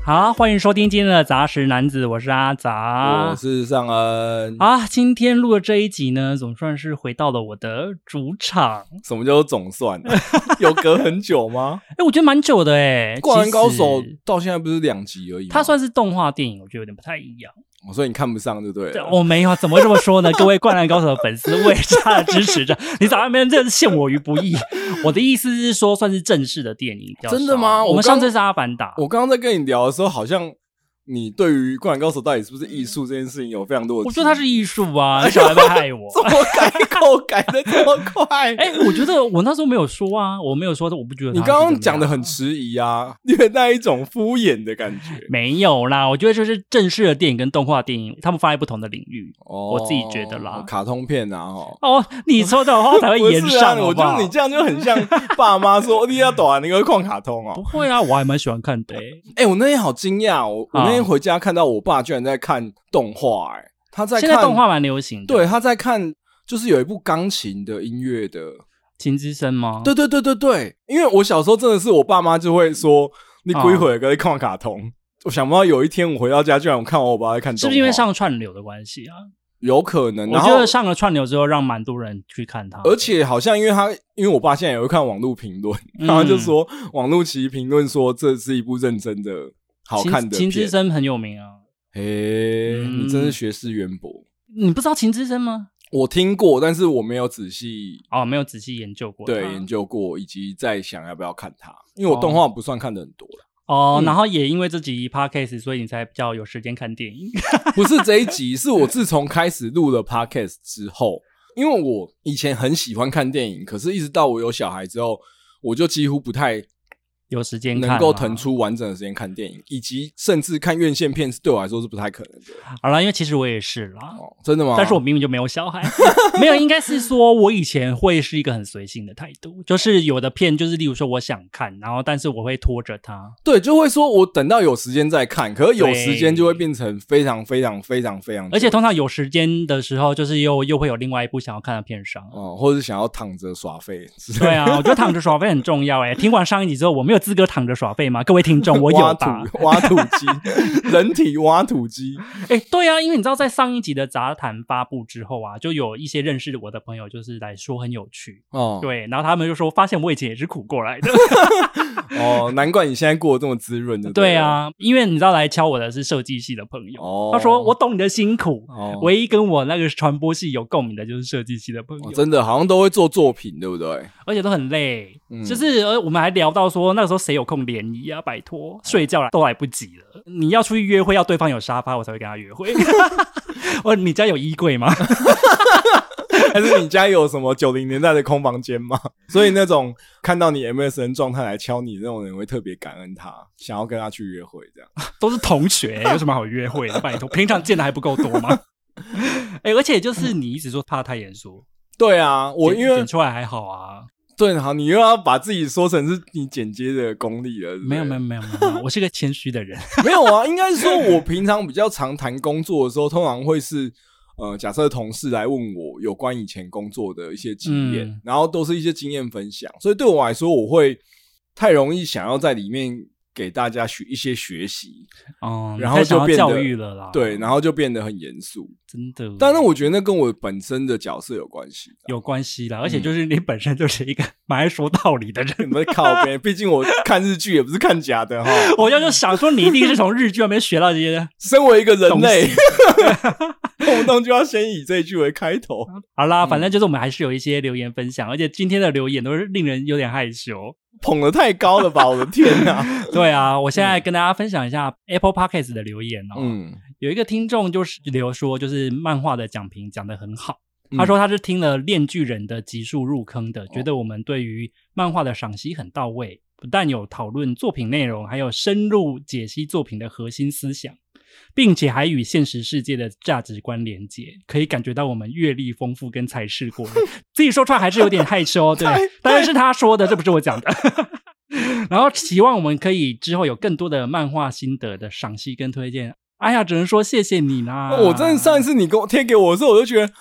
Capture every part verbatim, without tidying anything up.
好，欢迎收听今天的杂食男子，我是阿杂， 我是尚恩。 啊，今天录的这一集呢，总算是回到了我的主场。 什么叫做总算？有隔很久吗？ 哎、欸，我觉得蛮久的哎、欸。 灌篮高手到现在不是两集而已吗？ 它算是动画电影，我觉得有点不太一样。 哦、所以你看不上，对不对了？ 我、哦、没有，怎么会这么说呢？各位灌篮高手的粉丝，我也加了支持着。你早上没人真的是陷我于不义。我的意思是说，算是正式的电影。 真的吗？ 我们上次是阿凡达。 我刚刚在跟你聊的时候，好像你对于灌篮高手到底是不是艺术这件事情有非常多的， 我觉得它是艺术啊，你小孩在害我。 怎么改口改的这么快？ 哎、欸，我觉得我那时候没有说啊，我没有说，我不觉得。 你刚刚讲的很迟疑啊，略带一种敷衍的感觉。 没有啦，我觉得就是正式的电影跟动画电影，他们放在不同的领域。哦，我自己觉得啦， 卡通片啊，哦， 哦，你说这种话才会延上好不好。 我觉得你这样就很像爸妈说你要短那个看卡通哦。 不会啊，我还蛮喜欢看的、欸。 哎、欸，我那天好惊讶，我我那天回家看到我爸居然在看动画、欸，哎，他在看。 现在动画蛮流行的。 对，他在看，就是有一部钢琴的音乐的《 琴之声》吗？ 对对对对对，因为我小时候真的是我爸妈就会说你鬼会在看卡通、啊，我想不到有一天我回到家居然我看完我爸在看动画， 是不是因为上串流的关系啊？ 有可能， 我觉得上了串流之后，让蛮多人去看它。 而且好像因为他，因为我爸现在也会看网络评论，然后就说网络其实评论说这是一部认真的、好看的片。 琴之声很有名啊。 诶、嗯，你真是学识渊博。 你不知道琴之声吗？ 我听过，但是我没有仔细哦，没有仔细研究过。 对，研究过，以及在想要不要看它，因为我动画不算看的很多了。 哦，嗯、然后也因为这集 podcast， 所以你才比较有时间看电影。 不是这一集，是我自从开始录了 podcast 之后，因为我以前很喜欢看电影，可是一直到我有小孩之后，我就几乎不太有时间看， 能够腾出完整的时间看电影，以及甚至看院线片，对我来说是不太可能的。 好啦，因为其实我也是啦。 哦，真的吗？ 但是我明明就没有小孩。没有，应该是说我以前会是一个很随性的态度，就是有的片就是例如说我想看，然后但是我会拖着它。 对，就会说我等到有时间再看，可是有时间就会变成非常非常非常非常， 而且通常有时间的时候，就是又又会有另外一部想要看的片上， 哦，或者是想要躺着耍废。 对啊，我觉得躺着耍废很重要诶。听完上一集之后，我没有资格躺着耍废吗？各位听众，我有吧？ 挖土机，人体挖土机。 哎、欸，对啊，因为你知道，在上一集的杂谈发布之后啊，就有一些认识我的朋友，就是来说很有趣哦。对，然后他们就说，发现我以前也是苦过来的。 哦，难怪你现在过得这么滋润的。 对啊，因为你知道来敲我的是设计系的朋友，哦、他说我懂你的辛苦、哦。唯一跟我那个传播系有共鸣的就是设计系的朋友、 哦，真的好像都会做作品，对不对？ 而且都很累，嗯、就是呃，我们还聊到说那个时候谁有空联谊啊？拜托，睡觉都来不及了。你要出去约会，要对方有沙发，我才会跟他约会。哦，你家有衣柜吗？ 还是你家有什么九零年代的空房间吗？所以那种看到你 M S N 状态来敲你那种人，会特别感恩他，想要跟他去约会，这样都是同学，有什么好约会的？拜托，平常见的还不够多吗？哎、欸，而且就是你一直说怕太严肃， 对啊，我因为剪出来还好啊。 对，好，你又要把自己说成是你剪接的功力了， 没有没有没有没有，我是个谦虚的人。 没有啊，应该是说我平常比较常谈工作的时候，通常会是呃，假设同事来问我有关以前工作的一些经验、嗯，然后都是一些经验分享，所以对我来说，我会太容易想要在里面给大家学一些学习， 哦、嗯， 然后就变得教育了啦， 对，然后就变得很严肃， 真的。 但是我觉得那跟我本身的角色有关系， 有关系啦，而且就是你本身就是一个蛮爱说道理的人， 你们靠边，毕竟我看日剧也不是看假的哈。 我就想说，你一定是从日剧那边学到这些。 身为一个人类，动不动就要先以这一句为开头。 好啦，反正就是我们还是有一些留言分享，而且今天的留言都是令人有点害羞。 捧得太高了吧，我的天哪。 对啊，我现在跟大家分享一下 Apple Podcast 的留言哦。嗯，有一个听众就是留说，就是漫画的讲评讲得很好。他说他是听了链锯人的集数入坑的、嗯、觉得我们对于漫画的赏析很到位，不但有讨论作品内容，还有深入解析作品的核心思想，并且还与现实世界的价值观连结，可以感觉到我们阅历丰富跟才识过人。自己说出来还是有点害羞，对，当然是他说的，这不是我讲的。然后希望我们可以之后有更多的漫画心得的赏析跟推荐。哎呀，只能说谢谢你啦！ 我真的上一次你给我贴给我的时候，我就觉得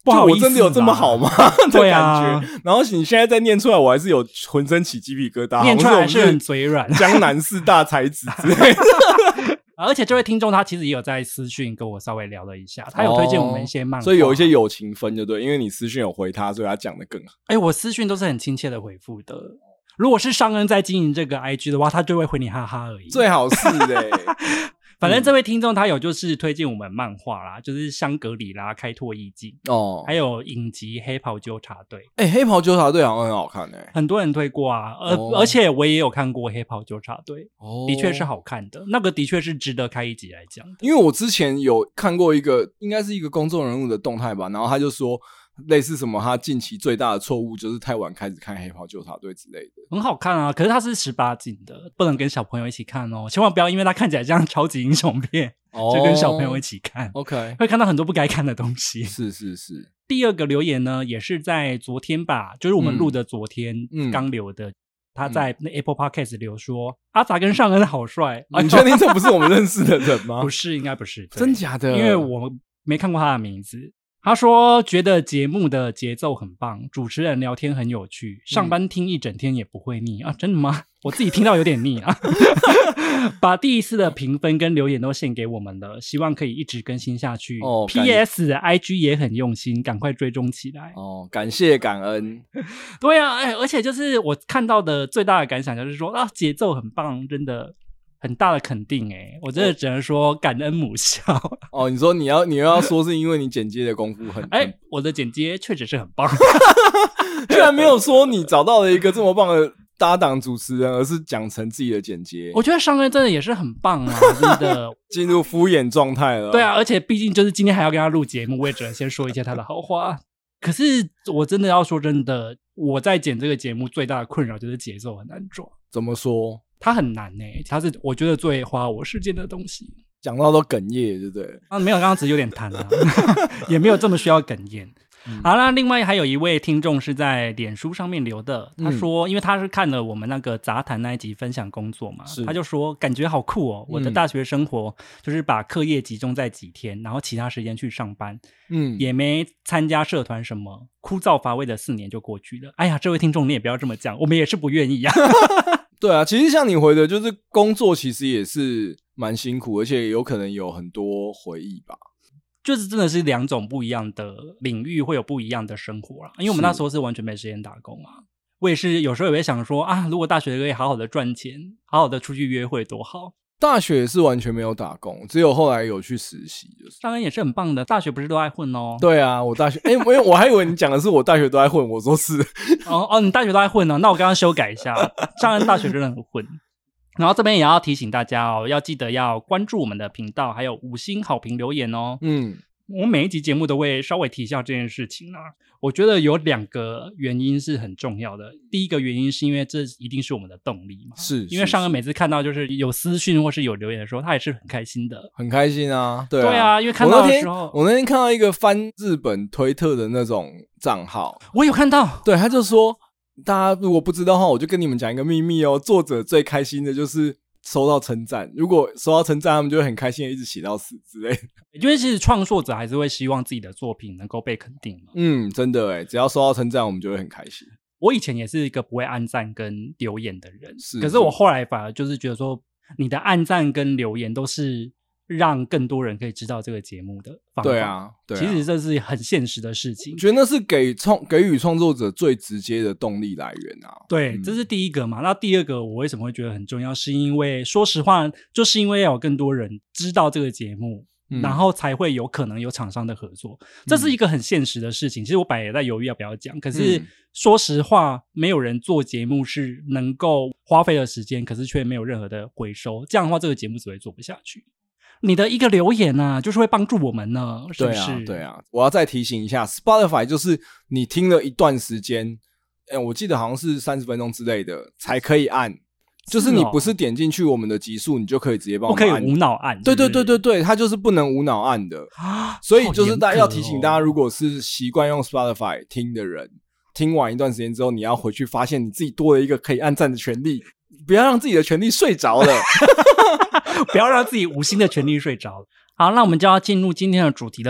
不好意思， 我真的有这么好吗？ 对啊， 然后你现在再念出来，我还是有浑身起鸡皮疙瘩， 念出来是很嘴软， 江南四大才子之类的。 而且这位听众他其实也有在私讯跟我稍微聊了一下，他有推荐我们一些漫画、哦、 所以有一些友情分就对，因为你私讯有回他，所以他讲得更好。 哎、欸，我私讯都是很亲切的回复的，如果是尚恩在经营这个 I G 的话，他就会回你哈哈而已， 最好是的、欸。 反正这位听众他有就是推荐我们漫画啦，就是香格里拉开拓意境哦，还有影集黑袍纠察队。 哎、欸，黑袍纠察队好像很好看哎、欸， 很多人推过啊，而、哦、而且我也有看过黑袍纠察队，哦，的确是好看的，那个的确是值得开一集来讲的。 因为我之前有看过一个，应该是一个公众人物的动态吧，然后他就说。类似什么他近期最大的错误就是太晚开始看黑袍纠察队之类的， 很好看啊，可是它是十八禁的，不能跟小朋友一起看哦，千万不要因为它看起来像超级英雄片、哦、就跟小朋友一起看 OK 会看到很多不该看的东西。 是是是。 第二个留言呢也是在昨天吧，就是我们录的昨天刚留的、嗯、他在 Apple Podcast 留说、嗯、阿杂跟尚恩好帅， 你确定这不是我们认识的人吗？ 不是，应该不是。 真假的？ 因为我没看过他的名字。他说觉得节目的节奏很棒，主持人聊天很有趣，上班听一整天也不会腻、嗯、啊！真的吗？我自己听到有点腻啊。把第一次的评分跟留言都献给我们了，希望可以一直更新下去、哦、P S I G 也很用心，赶快追踪起来哦！感谢感恩。 对啊，哎，而且就是我看到的最大的感想就是说啊，节奏很棒，真的很大的肯定哎、欸，我真的只能说感恩母校。 哦，你说你要你又要说是因为你剪接的功夫很哎、欸，我的剪接确实是很棒。 居然没有说你找到了一个这么棒的搭档主持人，而是讲成自己的剪接。 我觉得尚恩真的也是很棒啊，真的进入敷衍状态了。 对啊，而且毕竟就是今天还要跟他录节目，我也只能先说一些他的好话。可是我真的要说真的，我在剪这个节目最大的困扰就是节奏很难抓。 怎么说？ 它很难欸，它是我觉得最花我时间的东西。 讲到都哽咽，对不对？ 啊，没有，刚刚只是有点痰啊，也没有这么需要哽咽。嗯、好啦，另外还有一位听众是在脸书上面留的，他说、嗯、因为他是看了我们那个杂谈那一集分享工作嘛，他就说感觉好酷哦，我的大学生活就是把课业集中在几天，然后其他时间去上班，嗯，也没参加社团什么，枯燥乏味的四年就过去了。哎呀，这位听众你也不要这么讲，我们也是不愿意啊。 对啊，其实像你回的就是工作其实也是蛮辛苦，而且有可能有很多回忆吧。 就是真的是两种不一样的领域，会有不一样的生活啦。因为我们那时候是完全没时间打工啊。我也是有时候也会想说啊，如果大学可以好好的赚钱，好好的出去约会多好。 大学也是完全没有打工，只有后来有去实习。 当然也是很棒的，大学不是都爱混哦。 对啊，我大学哎，我我还以为你讲的是我大学都爱混，我说是。 哦哦，你大学都爱混哦，那我刚刚修改一下，上恩大学真的很混。然后这边也要提醒大家哦，要记得要关注我们的频道，还有五星好评留言哦。嗯，我每一集节目都会稍微提一下这件事情啊。我觉得有两个原因是很重要的。第一个原因是因为这一定是我们的动力嘛， 是因为上恩每次看到就是有私讯或是有留言的时候，他也是很开心的， 很开心啊。对啊， 对啊，因为看到的时候， 我那天我那天看到一个翻日本推特的那种账号， 我有看到， 对，他就说。大家如果不知道的话，我就跟你们讲一个秘密哦。作者最开心的就是收到称赞，如果收到称赞，他们就会很开心的一直写到死之类的。 因为其实创作者还是会希望自己的作品能够被肯定嘛。 嗯，真的耶，只要收到称赞，我们就会很开心。 我以前也是一个不会按赞跟留言的人， 是， 可是我后来反而就是觉得说，你的按赞跟留言都是让更多人可以知道这个节目的方法。 对啊，对啊， 其实这是很现实的事情。 我觉得那是给创给予创作者最直接的动力来源啊。 对，嗯、这是第一个嘛。那第二个，我为什么会觉得很重要？是因为说实话，就是因为要有更多人知道这个节目，嗯、然后才会有可能有厂商的合作。这是一个很现实的事情。嗯、其实我本来也在犹豫要不要讲，可是说实话，没有人做节目是能够花费的时间，可是却没有任何的回收。这样的话，这个节目只会做不下去。你的一个留言啊，就是会帮助我们呢，是不是？ 对啊，对啊。我要再提醒一下 ，Spotify 就是你听了一段时间，哎，我记得好像是三十分钟之类的才可以按，就是你不是点进去我们的集数，你就可以直接帮我们按， 不可以无脑按。 对对对对对，它就是不能无脑按的。啊、所以就是大家要提醒大家，如果是习惯用 Spotify 听的人，听完一段时间之后，你要回去发现你自己多了一个可以按赞的权利，不要让自己的权利睡着了。不要让自己无心的权利睡着。好，那我们就要进入今天的主题了。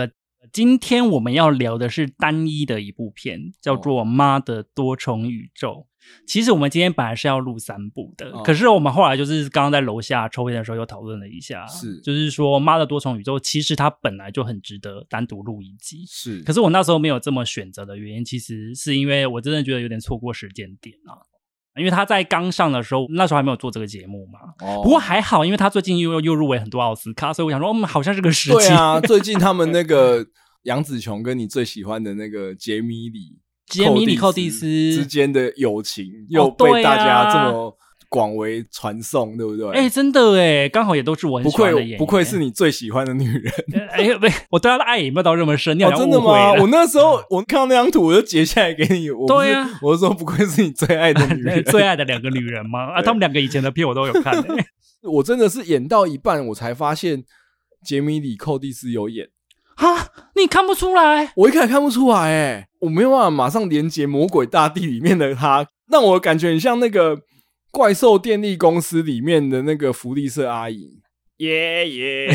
今天我们要聊的是单一的一部片，叫做《妈的多重宇宙》。其实我们今天本来是要录三部的、哦、可是我们后来就是刚刚在楼下抽烟的时候又讨论了一下，是就是说《妈的多重宇宙》其实它本来就很值得单独录一集，是可是我那时候没有这么选择的原因，其实是因为我真的觉得有点错过时间点啊。因为他在刚上的时候，那时候还没有做这个节目嘛。哦、不过还好，因为他最近又又入围很多奥斯卡，所以我想说，嗯，好像是个时机。 对啊，最近他们那个杨紫琼跟你最喜欢的那个杰米里。 杰米里寇蒂斯之间的友情又被大家这么广为传颂，对不对？ 哎、欸，真的哎，刚好也都是我很喜欢的演员， 不愧是你最喜欢的女人。 哎、欸，我对她的爱也没有到这么深，你好像误会了、哦、真的吗？我那时候我看到那张图，我就截下来给你。我对啊，我就说不愧是你最爱的女人， 最爱的两个女人吗？啊，他们两个以前的片我都有看、欸。 我真的是演到一半，我才发现杰米里寇蒂斯有演。 哈，你看不出来？ 我一开始看不出来，哎，我没有办法马上连结《魔鬼大地》里面的他，让我感觉很像那个怪兽电力公司里面的那个福利社阿姨，耶耶，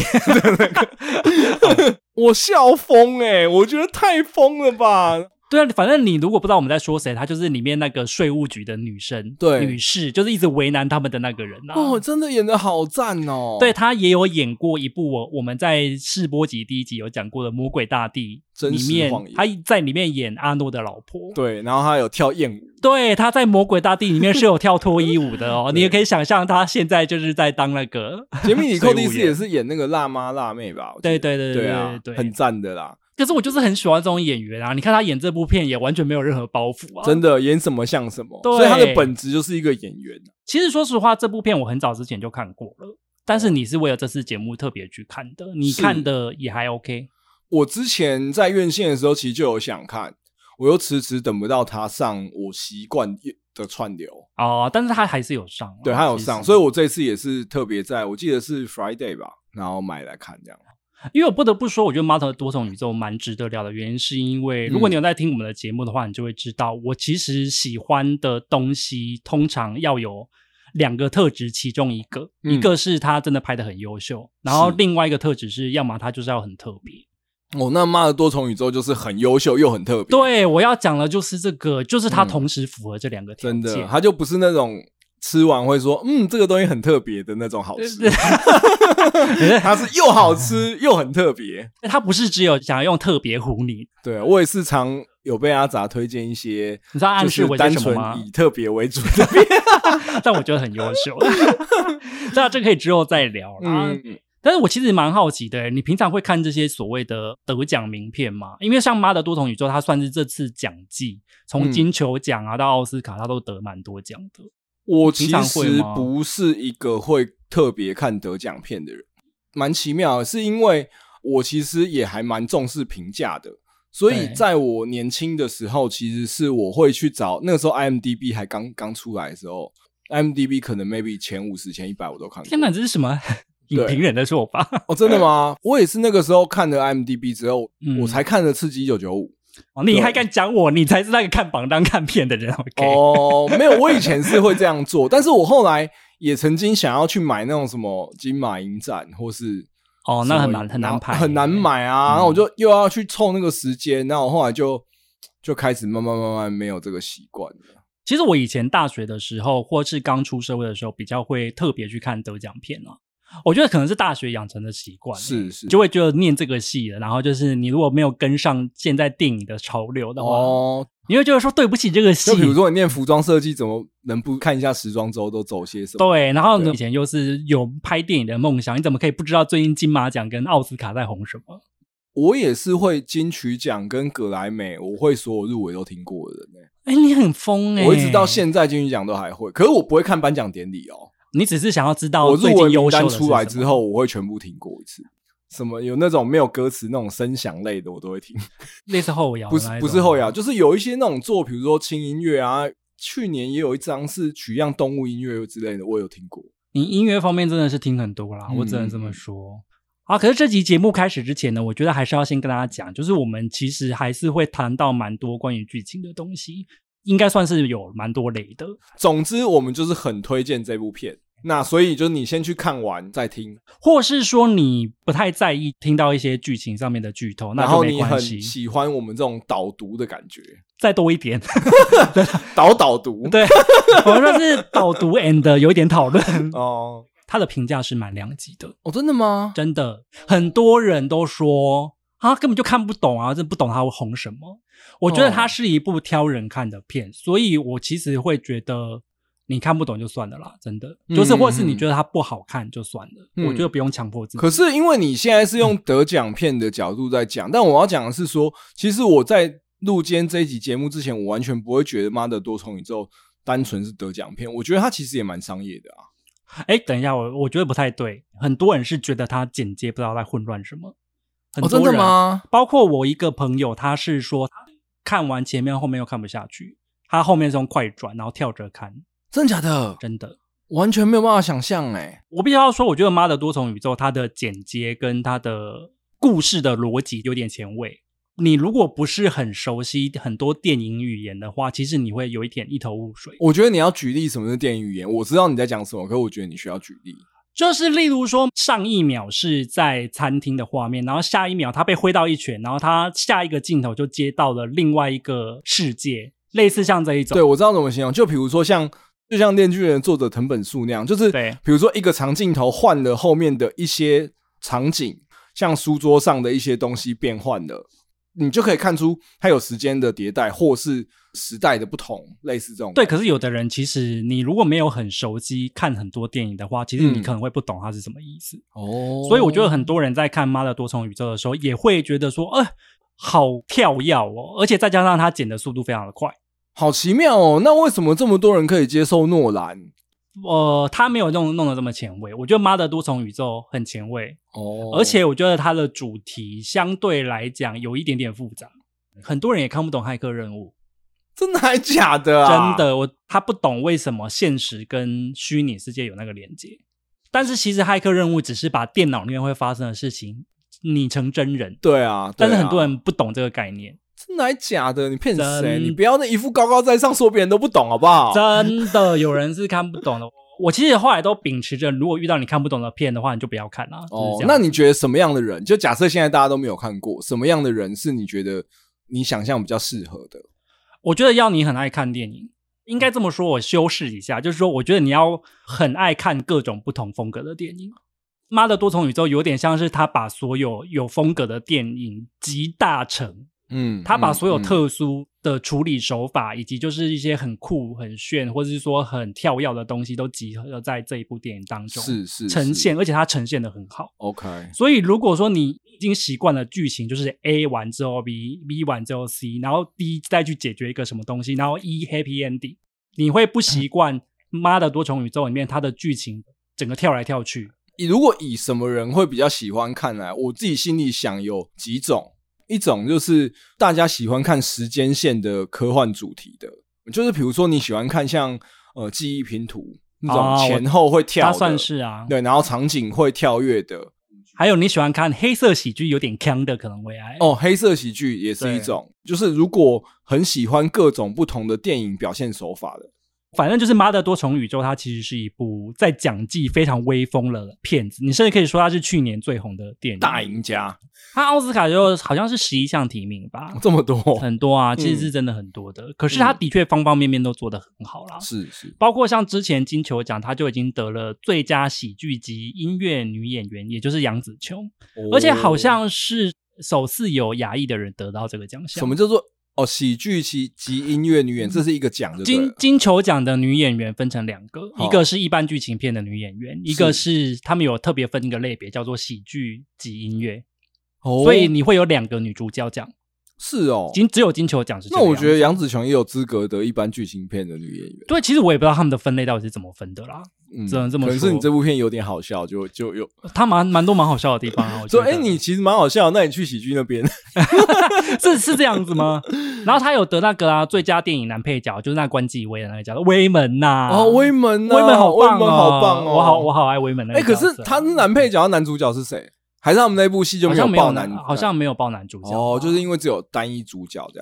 我笑疯哎，我觉得太疯了吧。 对啊，反正你如果不知道我们在说谁，她就是里面那个税务局的女生，对，女士，就是一直为难他们的那个人啊。 哦，真的演得好赞哦。 对，她也有演过一部我我们在试播集第一集有讲过的《魔鬼大地》里面，她在里面演阿诺的老婆。 对，然后她有跳艳舞。 对，她在《魔鬼大地》里面是有跳脱衣舞的哦。你也可以想象，她现在就是在当那个杰米里寇蒂斯也是演那个辣妈辣妹吧？ 对对对对对啊，对，很赞的啦。 可是我就是很喜欢这种演员啊！你看他演这部片也完全没有任何包袱啊， 真的演什么像什么，所以他的本质就是一个演员。 其实说实话，这部片我很早之前就看过了，但是你是为了这次节目特别去看的，你看的也还 OK。 我之前在院线的时候其实就有想看，我又迟迟等不到他上我习惯的串流哦，但是他还是有上、啊， 对他有上，所以我这次也是特别在我记得是 Friday 吧，然后买来看这样。 因为我不得不说，我觉得《妈的多重宇宙》蛮值得聊的原因，是因为如果你有在听我们的节目的话，你就会知道，我其实喜欢的东西通常要有两个特质，其中一个，嗯、一个是他真的拍得很优秀，然后另外一个特质是，要么他就是要很特别。 哦，那《妈的多重宇宙》就是很优秀又很特别。 对，我要讲的就是这个，就是他同时符合这两个条件、嗯。 真的，他就不是那种吃完会说嗯这个东西很特别的那种好吃它是又好吃又很特别， 它不是只有想要用特别唬你。 对，我也是常有被阿杂推荐一些你知道暗示我单纯以特别为主的片但我觉得很优秀那这可以之后再聊啦、嗯、但是我其实蛮好奇的，你平常会看这些所谓的得奖名片吗？因为像妈的多重宇宙它算是这次奖季从金球奖啊到奥斯卡它都得蛮多奖的。 我其实不是一个会特别看得奖片的人，蛮奇妙的，是因为我其实也还蛮重视评价的，所以在我年轻的时候，其实是我会去找那个时候 I M D B 还刚刚出来的时候 ，I M D B 可能 maybe 前五十、前一百我都看过。 天哪，这是什么影评人的说法？ 哦，真的吗？我也是那个时候看了 I M D B 之后，嗯、我才看了《刺激一九九五》。 哦，你还敢讲我？你才是那个看榜单看片的人。OK？ 哦，没有，我以前是会这样做，但是我后来也曾经想要去买那种什么金马影展，或是哦，那很难很难排， 很难买啊。嗯、然后我就又要去凑那个时间，然后我后来就就开始慢慢慢慢没有这个习惯了。 其实我以前大学的时候，或是刚出社会的时候，比较会特别去看得奖片啊。我觉得可能是大学养成的习惯，是是，就会觉得念这个系了，然后就是你如果没有跟上现在电影的潮流的话，哦，你会觉得说对不起这个系。 就比如说你念服装设计，怎么能不看一下时装周都走些什么？ 对，然后呢，以前又是有拍电影的梦想，你怎么可以不知道最近金马奖跟奥斯卡在红什么？ 我也是会金曲奖跟葛莱美，我会所有入围都听过的人欸。 哎、欸，你很疯哎、欸！ 我一直到现在金曲奖都还会，可是我不会看颁奖典礼哦。 你只是想要知道最近优秀的是什么？我入围名单出来之后，我会全部听过一次。什么有那种没有歌词那种声响类的，我都会听。 类似后摇， 不是不是后摇，就是有一些那种作，比如说轻音乐啊。去年也有一张是取样动物音乐之类的，我有听过。 你音乐方面真的是听很多啦，嗯、我只能这么说。好，可是这集节目开始之前呢，我觉得还是要先跟大家讲，就是我们其实还是会谈到蛮多关于剧情的东西。应该算是有蛮多雷的。 总之我们就是很推荐这部片， 那所以就是你先去看完再听， 或是说你不太在意听到一些剧情上面的剧透，那就没关系。 然后你很喜欢我们这种导读的感觉， 再多一点导导读， 对，我们说是导读 and 有一点讨论哦。 他的评价是蛮两极的哦，真的吗？ 真的，很多人都说啊，根本就看不懂啊，真不懂他会红什么。我觉得它是一部挑人看的片，哦、所以我其实会觉得你看不懂就算了啦，真的，嗯、就是或是你觉得它不好看就算了，嗯、我觉得不用强迫自己。 可是因为你现在是用得奖片的角度在讲，嗯、但我要讲的是说，其实我在录今天这一集节目之前，我完全不会觉得《妈的多重宇宙》单纯是得奖片，我觉得它其实也蛮商业的啊。 哎，等一下，我我觉得不太对。很多人是觉得他剪接不知道在混乱什么。很多人、 哦、真的吗？ 包括我一个朋友，他是说看完前面后面又看不下去，他后面是用快转，然后跳着看。 真的假的？ 真的， 完全没有办法想象哎。 我必须要说，我觉得《妈的多重宇宙》它的剪接跟它的故事的逻辑有点前卫。你如果不是很熟悉很多电影语言的话，其实你会有一点一头雾水。 我觉得你要举例什么是电影语言，我知道你在讲什么，可是我觉得你需要举例。 就是例如说上一秒是在餐厅的画面，然后下一秒他被挥到一拳，然后他下一个镜头就接到了另外一个世界，类似像这一种。 对，我知道怎么形容，就比如说像就像电锯人的作者藤本树那样，就是比如说一个长镜头换了后面的一些场景，像书桌上的一些东西变换了，你就可以看出它有时间的迭代或是时代的不同，类似这种。 对，可是有的人其实你如果没有很熟悉看很多电影的话，其实你可能会不懂它是什么意思。哦、嗯，所以我觉得很多人在看《妈的多重宇宙》的时候也会觉得说呃好跳跃哦，而且再加上他剪的速度非常的快， 好奇妙哦。那为什么这么多人可以接受诺兰？ 呃，他没有弄弄得这么前卫，我觉得《妈的多重宇宙》很前卫哦，而且我觉得它的主题相对来讲有一点点复杂，很多人也看不懂骇客任务。 真的还假的啊？ 真的，我他不懂为什么现实跟虚拟世界有那个连接，但是其实骇客任务只是把电脑里面会发生的事情拟成真人。 对啊， 对啊，但是很多人不懂这个概念。 真的还假的？你骗谁？你不要那一副高高在上，说别人都不懂好不好？ 真的有人是看不懂的。我其实后来都秉持着，如果遇到你看不懂的片的话，你就不要看啦。 哦，那你觉得什么样的人？就假设现在大家都没有看过，什么样的人是你觉得你想象比较适合的？ 我觉得要你很爱看电影，应该这么说，我修饰一下，就是说，我觉得你要很爱看各种不同风格的电影。妈的多重宇宙有点像是他把所有有风格的电影集大成。嗯，他把所有特殊的处理手法、嗯、以及就是一些很酷很炫或者是说很跳跃的东西都集合在这一部电影当中， 是是呈现，而且它呈现得很好。 OK， 所以如果说你已经习惯了剧情就是 A 完之后 B B 完之后 C， 然后 D 再去解决一个什么东西，然后 E happy ending， 你会不习惯妈的多重宇宙里面它的剧情整个跳来跳去。 如果以什么人会比较喜欢看来，我自己心里想有几种。一种就是大家喜欢看时间线的科幻主题的，就是比如说你喜欢看像呃记忆拼图那种前后会跳的，它算是啊， 对，然后场景会跳跃的。 还有你喜欢看黑色喜剧有点鏘的，可能会爱哦，黑色喜剧也是一种，就是如果很喜欢各种不同的电影表现手法的。 反正就是妈的多重宇宙，它其实是一部在讲技非常威风的片子，你甚至可以说它是去年最红的电影， 大赢家。 它奥斯卡就好像是十一项提名吧， 这么多， 很多啊，其实是真的很多的。嗯、可是它的确方方面面都做得很好啦， 是是， 包括像之前金球奖，它就已经得了最佳喜剧及音乐女演员，也就是杨紫琼，哦、而且好像是首次有亚裔的人得到这个奖项。 什么叫做？哦，喜剧及及音乐女演，这是一个奖的。 金金球奖的女演员分成两个，哦、一个是一般剧情片的女演员，一个是他们有特别分一个类别，叫做喜剧及音乐。哦，所以你会有两个女主角奖。 是哦， 金只有金球奖是这个。 那我觉得杨紫琼也有资格得一般剧情片的女演员。 对，其实我也不知道他们的分类到底是怎么分的啦。嗯，只能这么说。 可能是你这部片有点好笑，就就有他蛮蛮多蛮好笑的地方啊。我觉得， 说哎、欸，你其实蛮好笑，那你去喜剧那边， 是是这样子吗？然后他有得那个啊，最佳电影男配角，就是那关继威的那个叫做威门呐、啊。 哦，威门呐、啊， 威门好棒、哦， 威门好棒哦， 我好我好爱威门那个。 哎、欸，可是他是男配角，男主角是谁？还是他们那部戏就没有报男， 好像没有报男主角哦，就是因为只有单一主角这样。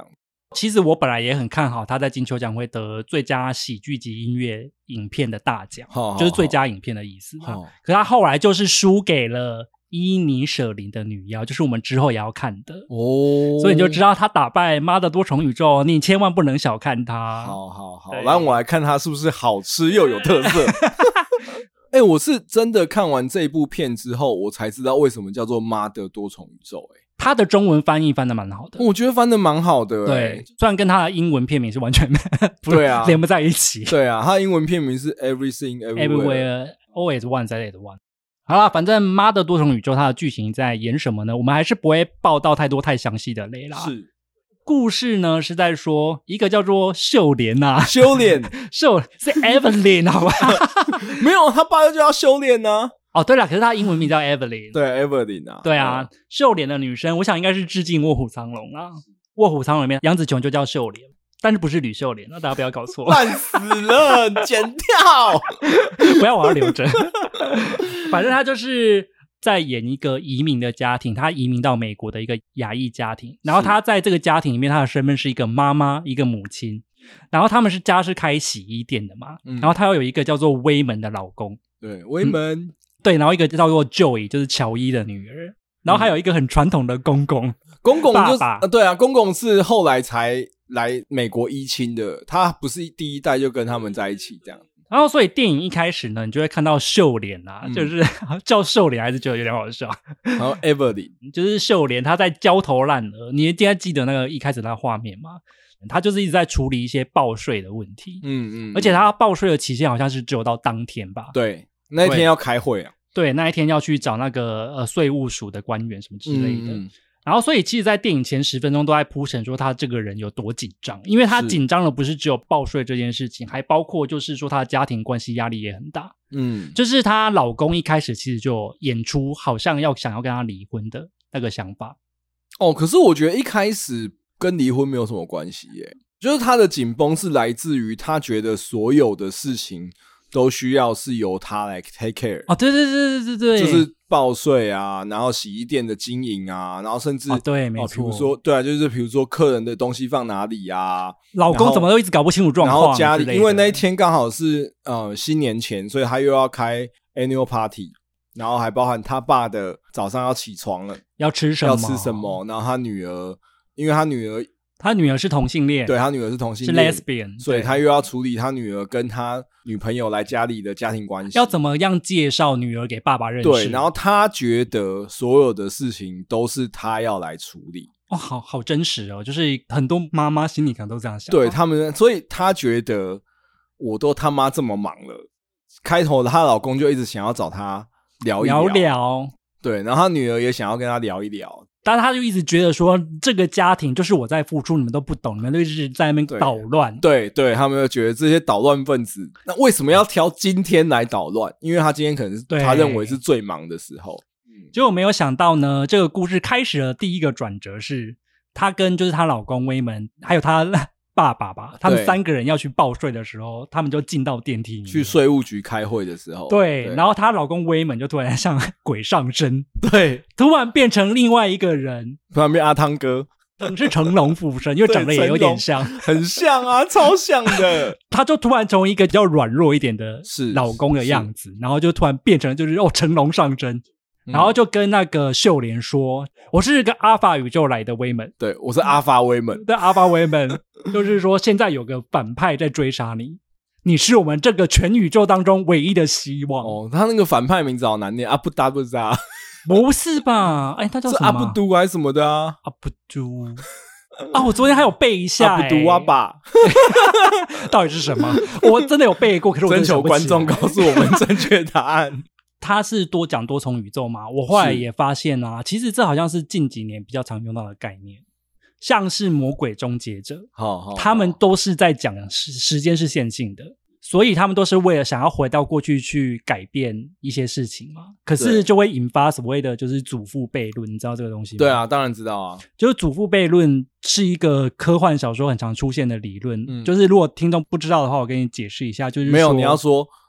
其实我本来也很看好他在金球奖会得最佳喜剧及音乐影片的大奖， 好好好， 就是最佳影片的意思。 好， 可他后来就是输给了伊尼舍林的女妖，就是我们之后也要看的哦， 所以你就知道他打败妈的多重宇宙，你千万不能小看他。 好好好，来我来看他是不是好吃又有特色。哎、欸，我是真的看完这部片之后，我才知道为什么叫做妈的多重宇宙、欸。哎， 他的中文翻译翻的蛮好的， 我觉得翻的蛮好的、欸。 对，虽然跟他的英文片名是完全不对啊连不在一起。 对啊，他的英文片名是 Everything Everywhere, Everywhere Always One在 One。好啦，反正妈的多重宇宙它的剧情在演什么呢？我们还是不会爆到太多太详细的雷啦。 是。 故事呢是在说一个叫做秀莲啊， 修炼秀是 Evelyn 好吧？ 没有，他爸就叫修炼呢。 哦，对了，可是他英文名叫 Evelyn。 对 ，Evelyn 啊。 对啊，秀莲的女生，我想应该是致敬卧虎藏龙啊。卧虎藏龙里面杨紫琼就叫秀莲，但是不是吕秀莲啊，大家不要搞错。 烂死了，剪掉， 不要，我要留着。反正他就是在演一个移民的家庭，他移民到美国的一个亚裔家庭，然后他在这个家庭里面，他的身份是一个妈妈，一个母亲，然后他们是家是开洗衣店的嘛，嗯、然后他又有一个叫做威门的老公， 对，威门、嗯， 对，然后一个叫做 Joey， 就是乔伊的女儿，然后还有一个很传统的公公， 嗯、公公就是爸爸、 呃，对啊，公公是后来才来美国依亲的，他不是第一代就跟他们在一起这样。 然后所以电影一开始呢，你就会看到秀莲啊、嗯、就是叫秀莲还是觉得有点好笑， 然后 Evelyn 就是秀莲她在焦头烂额，你一定要记得那个一开始那个画面嘛，她就是一直在处理一些报税的问题，嗯嗯，而且她报税的期限好像是只有到当天吧， 对，那一天要开会啊， 对，那一天要去找那个呃税务署的官员什么之类的，嗯嗯，然后所以其实在电影前十分钟都在铺陈说他这个人有多紧张，因为他紧张的不是只有报税这件事情，还包括就是说他的家庭关系压力也很大，嗯，就是她老公一开始其实就演出好像要想要跟她离婚的那个想法。 哦，可是我觉得一开始跟离婚没有什么关系耶，就是他的紧绷是来自于他觉得所有的事情都需要是由他来 take care。 哦，对对对对对对， 就是报税啊，然后洗衣店的经营啊，然后甚至、 哦、对没错、哦、 比如说对啊，就是比如说客人的东西放哪里啊， 老公怎么都一直搞不清楚状况， 然后家里因为那一天刚好是呃新年前，所以他又要开 annual party， 然后还包含他爸的早上要起床了， 要吃什么要吃什么，然后他女儿因为他女儿他女儿是同性恋， 对，他女儿是同性恋， 是 lesbian， 所以他又要处理他女儿跟他女朋友来家里的家庭关系， 要怎么样介绍女儿给爸爸认识， 对，然后他觉得所有的事情都是他要来处理。 哦，好好真实哦，就是很多妈妈心里可能都这样想， 对他们，所以他觉得我都他妈这么忙了，开头她老公就一直想要找他聊一聊聊聊， 对，然后他女儿也想要跟他聊一聊， 但是他就一直觉得说这个家庭就是我在付出，你们都不懂，你们都一直在那边捣乱， 对 对, 对，他们就觉得这些捣乱分子，那为什么要挑今天来捣乱？因为他今天可能是他认为是最忙的时候。 结果没有想到呢，这个故事开始的第一个转折是她跟就是她老公威门还有她爸爸吧，他们三个人要去报税的时候，他们就进到电梯里面去税务局开会的时候， 对, 对， 然后她老公威门就突然像鬼上身， 对， 突然变成另外一个人， 突然变阿汤哥， 是成龙附身，因为长得也有点像， 很像啊，超像的。 他就突然从一个比较软弱一点的老公的样子，然后就突然变成就是哦成龙上身，嗯，然后就跟那个秀莲说：“我是个阿法宇宙来的威门， 对，我是阿法威门， 对，阿法威门，就是说现在有个反派在追杀你，你是我们这个全宇宙当中唯一的希望。” 哦，他那个反派名字好难念，阿布达布扎。 不是吧？哎，他叫什么？ 是阿布都还是什么的啊？ 阿布都啊！我昨天还有背一下，欸， 阿布都阿爸， 到底是什么？我真的有背过，可是我真的想不起来。 征求观众告诉我们正确答案。 他是多讲多重宇宙嘛？我后来也发现啊，其实这好像是近几年比较常用到的概念，像是魔鬼终结者，好好好，他们都是在讲时时间是线性的。所以他们都是为了想要回到过去去改变一些事情嘛，可是就会引发所谓的就是祖父悖论，你知道这个东西吗？ 对啊，当然知道啊。 就是祖父悖论是一个科幻小说很常出现的理论，嗯，就是如果听众不知道的话，我给你解释一下，就是说没有，你要说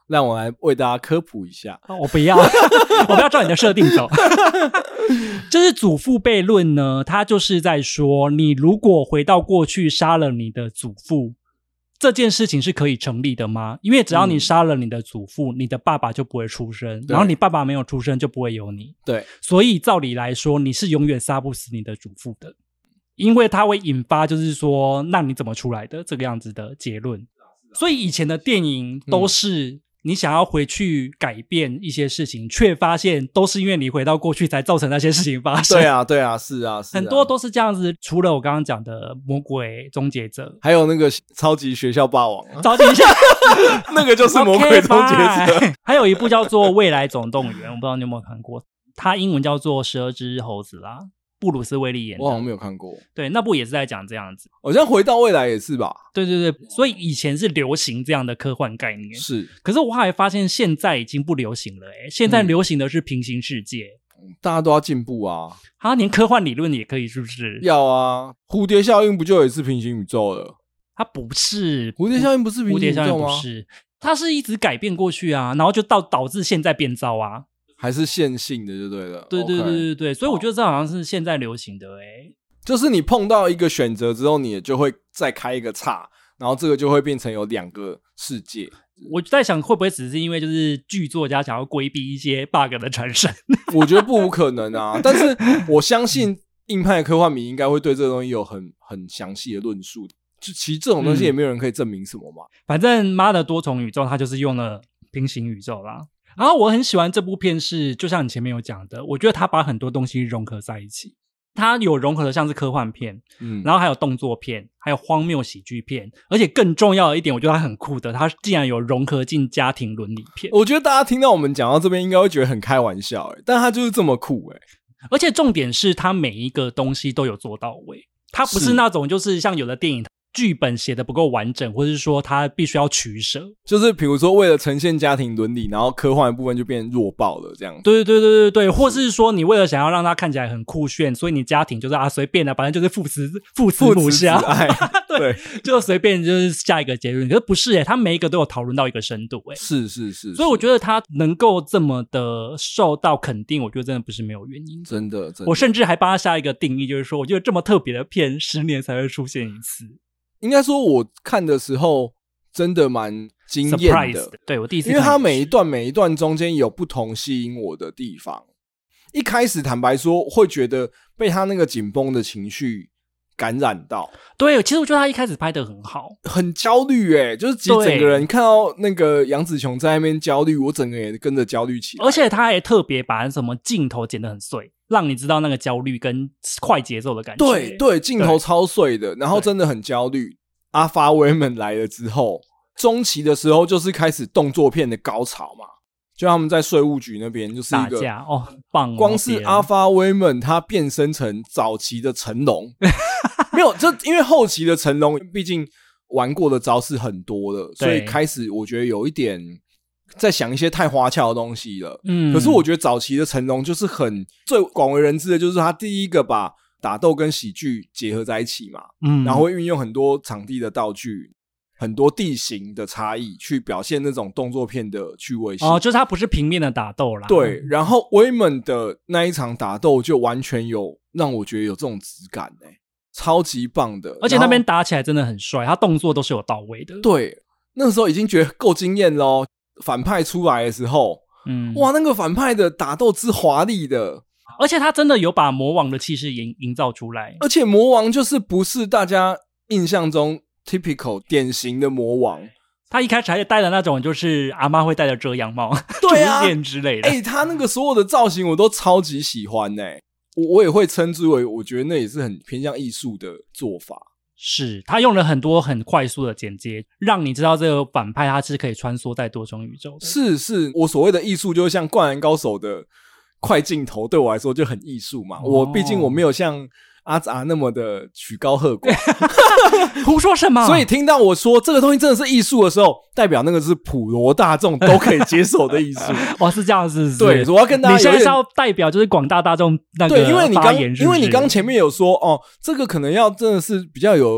让我来为大家科普一下。 哦、我不要我不要照你的设定走就是祖父悖论呢，它就是在说你如果回到过去杀了你的祖父，这件事情是可以成立的吗？因为只要你杀了你的祖父、嗯、你的爸爸就不会出生，然后你爸爸没有出生就不会有你。 对， 所以照理来说你是永远杀不死你的祖父的，因为它会引发就是说那你怎么出来的这个样子的结论。所以以前的电影都是、嗯你想要回去改变一些事情，却发现都是因为你回到过去才造成那些事情发生。 对啊对啊是啊是啊， 很多都是这样子。除了我刚刚讲的魔鬼终结者， 还有那个超级学校霸王、啊、 超级学校那个就是魔鬼终结者、 okay, 还有一部叫做未来总动员我不知道你有没有看过，它英文叫做十二只猴子啦，布鲁斯威利演的。 我好像没有看过。 对，那部也是在讲这样子， 好像回到未来也是吧。 对对对，所以以前是流行这样的科幻概念， 是。 可是我还发现现在已经不流行了耶，现在流行的是平行世界、 嗯、大家都要进步啊。 他连科幻理论也可以是不是？ 要啊，蝴蝶效应不就也是平行宇宙了？ 它不是， 蝴蝶效应不是平行宇宙吗？蝴蝶效应不是，它是一直改变过去啊，然后就到导致现在变糟啊。 还是线性的就对了。 对对对对对、okay. 所以我觉得这好像是现在流行的欸。 就是你碰到一个选择之后，你也就会再开一个岔，然后这个就会变成有两个世界。 我在想会不会只是因为就是剧作家想要规避一些 bug 的产生我觉得不无可能啊但是我相信硬派的科幻迷应该会对这个东西有很很详细的论述。就其实这种东西也没有人可以证明什么嘛、嗯、 反正妈的多重宇宙它就是用了平行宇宙啦。然后我很喜欢这部片是就像你前面有讲的，我觉得它把很多东西融合在一起，它有融合的像是科幻片、嗯、然后还有动作片，还有荒谬喜剧片，而且更重要的一点我觉得它很酷的，它竟然有融合进家庭伦理片。 我觉得大家听到我们讲到这边应该会觉得很开玩笑耶，但它就是这么酷耶。 而且重点是它每一个东西都有做到位，它不是那种就是像有的电影剧本写得不够完整，或是说他必须要取舍， 就是比如说为了呈现家庭伦理，然后科幻的部分就变弱爆了这样子。 对对对对对，或是说你为了想要让他看起来很酷炫，所以你家庭就是啊随便的，反正就是父慈父慈母孝对, 对，就随便就是下一个结论。可是不是耶，他每一个都有讨论到一个深度耶。 是是 是, 是， 所以我觉得他能够这么的受到肯定，我觉得真的不是没有原因。 真的真的， 我甚至还帮他下一个定义，就是说我觉得这么特别的片十年才会出现一次。 应该说我看的时候真的蛮惊艳的， 对，我第一次看， 因为它每一段每一段中间有不同吸引我的地方。一开始坦白说会觉得被他那个紧绷的情绪感染到。 对，其实我觉得他一开始拍得很好， 很焦虑耶，就是其实整个人看到那个杨紫琼在那边焦虑，我整个人也跟着焦虑起来。 而且他还特别把什么镜头剪得很碎，让你知道那个焦虑跟快节奏的感觉。 对对，镜头超碎的，然后真的很焦虑。阿发威们来了之后，中期的时候就是开始动作片的高潮嘛，就他们在税务局那边就是一个打架哦，棒哦！ 光是阿发威们他变身成早期的成龙没有，这因为后期的成龙毕竟玩过的招式很多了，所以开始我觉得有一点在想一些太花俏的东西了。嗯，可是我觉得早期的成龙就是很最广为人知的，就是他第一个把打斗跟喜剧结合在一起嘛，嗯，然后会运用很多场地的道具，很多地形的差异去表现那种动作片的趣味性。 哦，就是它不是平面的打斗啦。 对，然后威猛的那一场打斗就完全有让我觉得有这种质感欸，超级棒的。 而且那边打起来真的很帅，他动作都是有到位的。 对，那时候已经觉得够惊艳咯。反派出来的时候，嗯，哇，那个反派的打斗之华丽的。 而且他真的有把魔王的气势营营造出来， 而且魔王就是不是大家印象中 typical 典型的魔王， 他一开始还戴的那种就是阿嬷会戴的遮阳帽， 对啊， 珠链之类的。 哎、欸，他那个所有的造型我都超级喜欢呢、欸，我我也会称之为，我觉得那也是很偏向艺术的做法。 是他用了很多很快速的剪接，让你知道这个反派他是可以穿梭在多重宇宙的。 是是，我所谓的艺术就是像灌篮高手的快镜头，对我来说就很艺术嘛、哦、我毕竟我没有像阿杂那么的曲高和寡胡说什么。 所以听到我说这个东西真的是艺术的时候，代表那个是普罗大众都可以接受的艺术哦，是这样是不是？ 对，我要跟大家你现在是要代表就是广大大众那个对，因为你刚是是因为你刚前面有说哦，这个可能要真的是比较有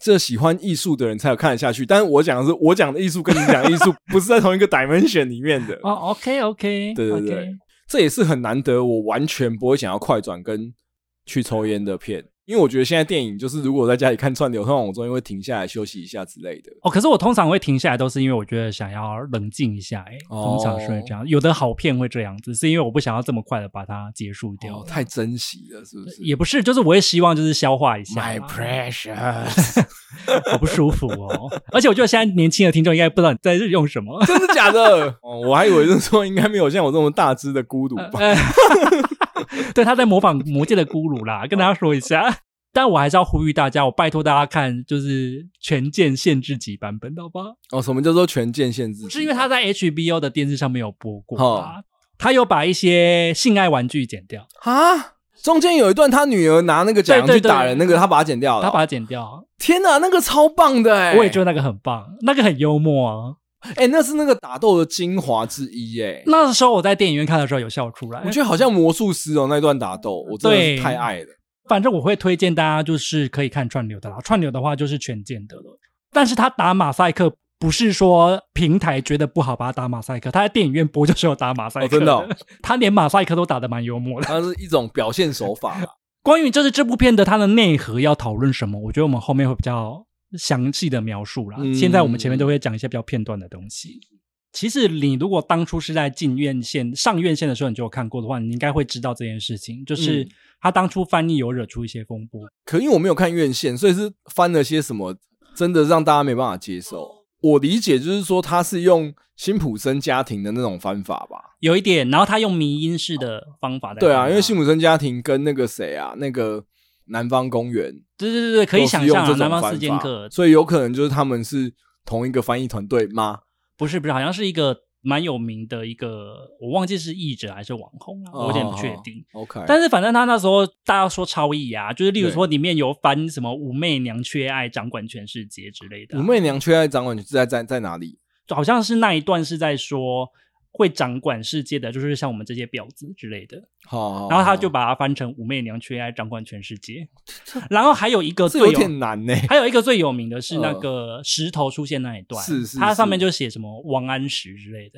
这喜欢艺术的人才有看得下去，但是我讲的是我讲的艺术跟你讲的艺术不是在同一个 dimension 里面的。 哦 OK OK 对对对、okay. 这也是很难得我完全不会想要快转跟去抽烟的片，因为我觉得现在电影就是如果我在家里看串流，通常我中间会停下来休息一下之类的。 哦，可是我通常会停下来都是因为我觉得想要冷静一下、欸哦、通常是会这样。有的好片会这样子，是因为我不想要这么快的把它结束掉、哦、 太珍惜了是不是？ 也不是，就是我会希望就是消化一下。 My precious 好不舒服哦。而且我觉得现在年轻的听众应该不知道你在用什么。 真的假的、哦、我还以为是说应该没有像我这么大只的咕噜吧、呃呃、 对，他在模仿魔戒的咕噜啦，跟大家说一下。但我还是要呼吁大家，我拜托大家看就是全键限制级版本，好不好？ 哦，什么叫做全键限制级？ 是因为他在 H B O 的电视上面有播过啊、哦，他有把一些性爱玩具剪掉啊。中间有一段他女儿拿那个假洋去打人，那个他把它剪掉了、哦， 他把它剪掉。 天哪，那个超棒的哎！ 我也觉得那个很棒，那个很幽默啊。 哎、欸，那是那个打斗的精华之一哎。 那时候我在电影院看的时候有笑出来， 我觉得好像魔术师哦那段打斗，我真的是太爱了。 反正我会推荐大家就是可以看串流的啦，串流的话就是全键的了。但是他打马赛克不是说平台觉得不好把他打马赛克，他在电影院播就是有打马赛克的、哦、真的、哦、他连马赛克都打得蛮幽默的， 他是一种表现手法啦。 关于就是这部片的它的内核要讨论什么，我觉得我们后面会比较详细的描述啦、嗯、现在我们前面都会讲一些比较片段的东西。其实你如果当初是在进院线上院线的时候你就有看过的话，你应该会知道这件事情，就是他当初翻译有惹出一些风波、嗯、 可因为我没有看院线，所以是翻了些什么真的让大家没办法接受。我理解就是说他是用辛普森家庭的那种翻法吧， 有一点，然后他用迷因式的方法。 对啊，因为辛普森家庭跟那个谁啊，那个南方公园， 对对对，可以想象啊，南方四剑客， 所以有可能就是他们是同一个翻译团队吗？ 不是不是，好像是一个蛮有名的一个，我忘记是译者还是网红啊，我有点不确定。 哦、OK， 但是反正他那时候大家说超译啊，就是例如说里面有翻什么武媚娘缺爱掌管全世界之类的、啊。 武媚娘缺爱掌管在在在哪里？ 好像是那一段是在说会掌管世界的，就是像我们这些婊子之类的。 好， 然后他就把它翻成武媚娘缺爱掌管全世界。然后还有一个最有， 这有点难呢、欸。 还有一个最有名的是那个石头出现那一段， 是、呃、是， 它上面就写什么王安石之类的。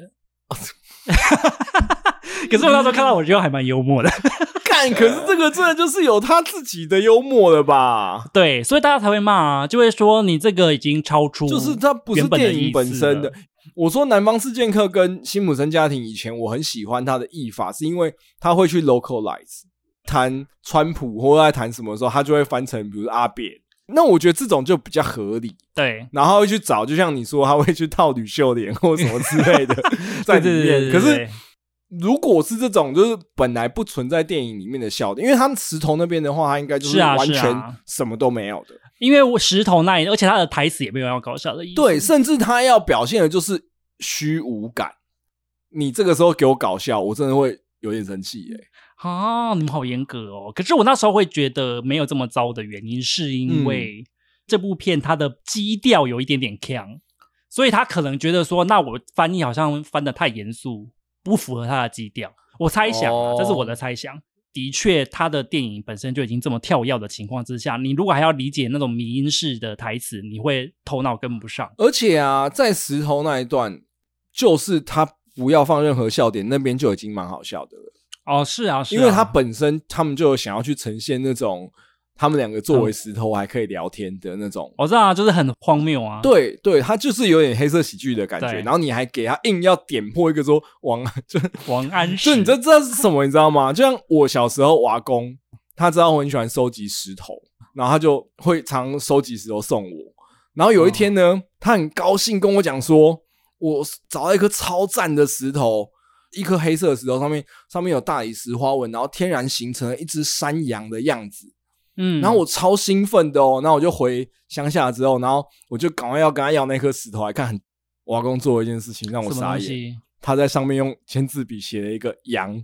可是我那时候看到，我觉得还蛮幽默的。 干，可是这个真的就是有他自己的幽默了吧？ 对，所以大家才会骂啊，就会说你这个已经超出， 就是它不是电影本身的。我说南方四剑客跟辛普森家庭以前我很喜欢他的译法，是因为他会去 localize， 谈川普或者在谈什么的时候，他就会翻成比如阿扁。那我觉得这种就比较合理， 对。 然后他会去找，就像你说，他会去套吕秀莲或什么之类的在里面。 对对对对对， 可是如果是这种就是本来不存在电影里面的笑点，因为他们石头那边的话，他应该就是完全什么都没有的。 啊啊、因为我石头那里，而且他的台词也没有要搞笑的意思。 对，甚至他要表现的就是虚无感。你这个时候给我搞笑，我真的会有点生气耶、欸。 啊，你们好严格哦！可是我那时候会觉得没有这么糟的原因，是因为这部片它的基调有一点点鏘，所以他可能觉得说，那我翻译好像翻得太严肃，不符合他的基调。我猜想啊，哦、这是我的猜想。的确，他的电影本身就已经这么跳跃的情况之下，你如果还要理解那种迷因式的台词，你会头脑跟不上。 而且啊，在石头那一段，就是他不要放任何笑点，那边就已经蛮好笑的了。 哦，是啊，是啊， 因为他本身他们就有想要去呈现那种他们两个作为石头还可以聊天的那种， 我知道啊，就是很荒谬啊。 对对，他就是有点黑色喜剧的感觉，然后你还给他硬要点破一个说王就王安石， 就你这知道是什么？你知道吗？就像我小时候，我阿公他知道我很喜欢收集石头，然后他就会常收集石头送我。然后有一天呢，哦、他很高兴跟我讲说，我找到一颗超赞的石头。一颗黑色的石头上面上面有大理石花纹，然后天然形成了一只山羊的样子。嗯，然后我超兴奋的哦，然后我就回乡下之后，然后我就赶快要跟他要那颗石头来看。我阿公做了一件事情让我傻眼，他在上面用签字笔写了一个羊。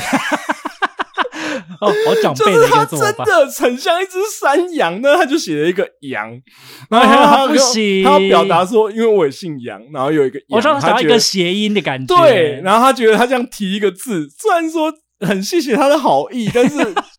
哦，好长辈的一个做法， 就是他真的很像一只山羊呢，他就写了一个羊，然后他、哦、不行， 他要表达说，因为我也姓杨，然后有一个羊， 我想找一个谐音的感觉， 对，然后他觉得他这样提一个字，虽然说很谢谢他的好意，但是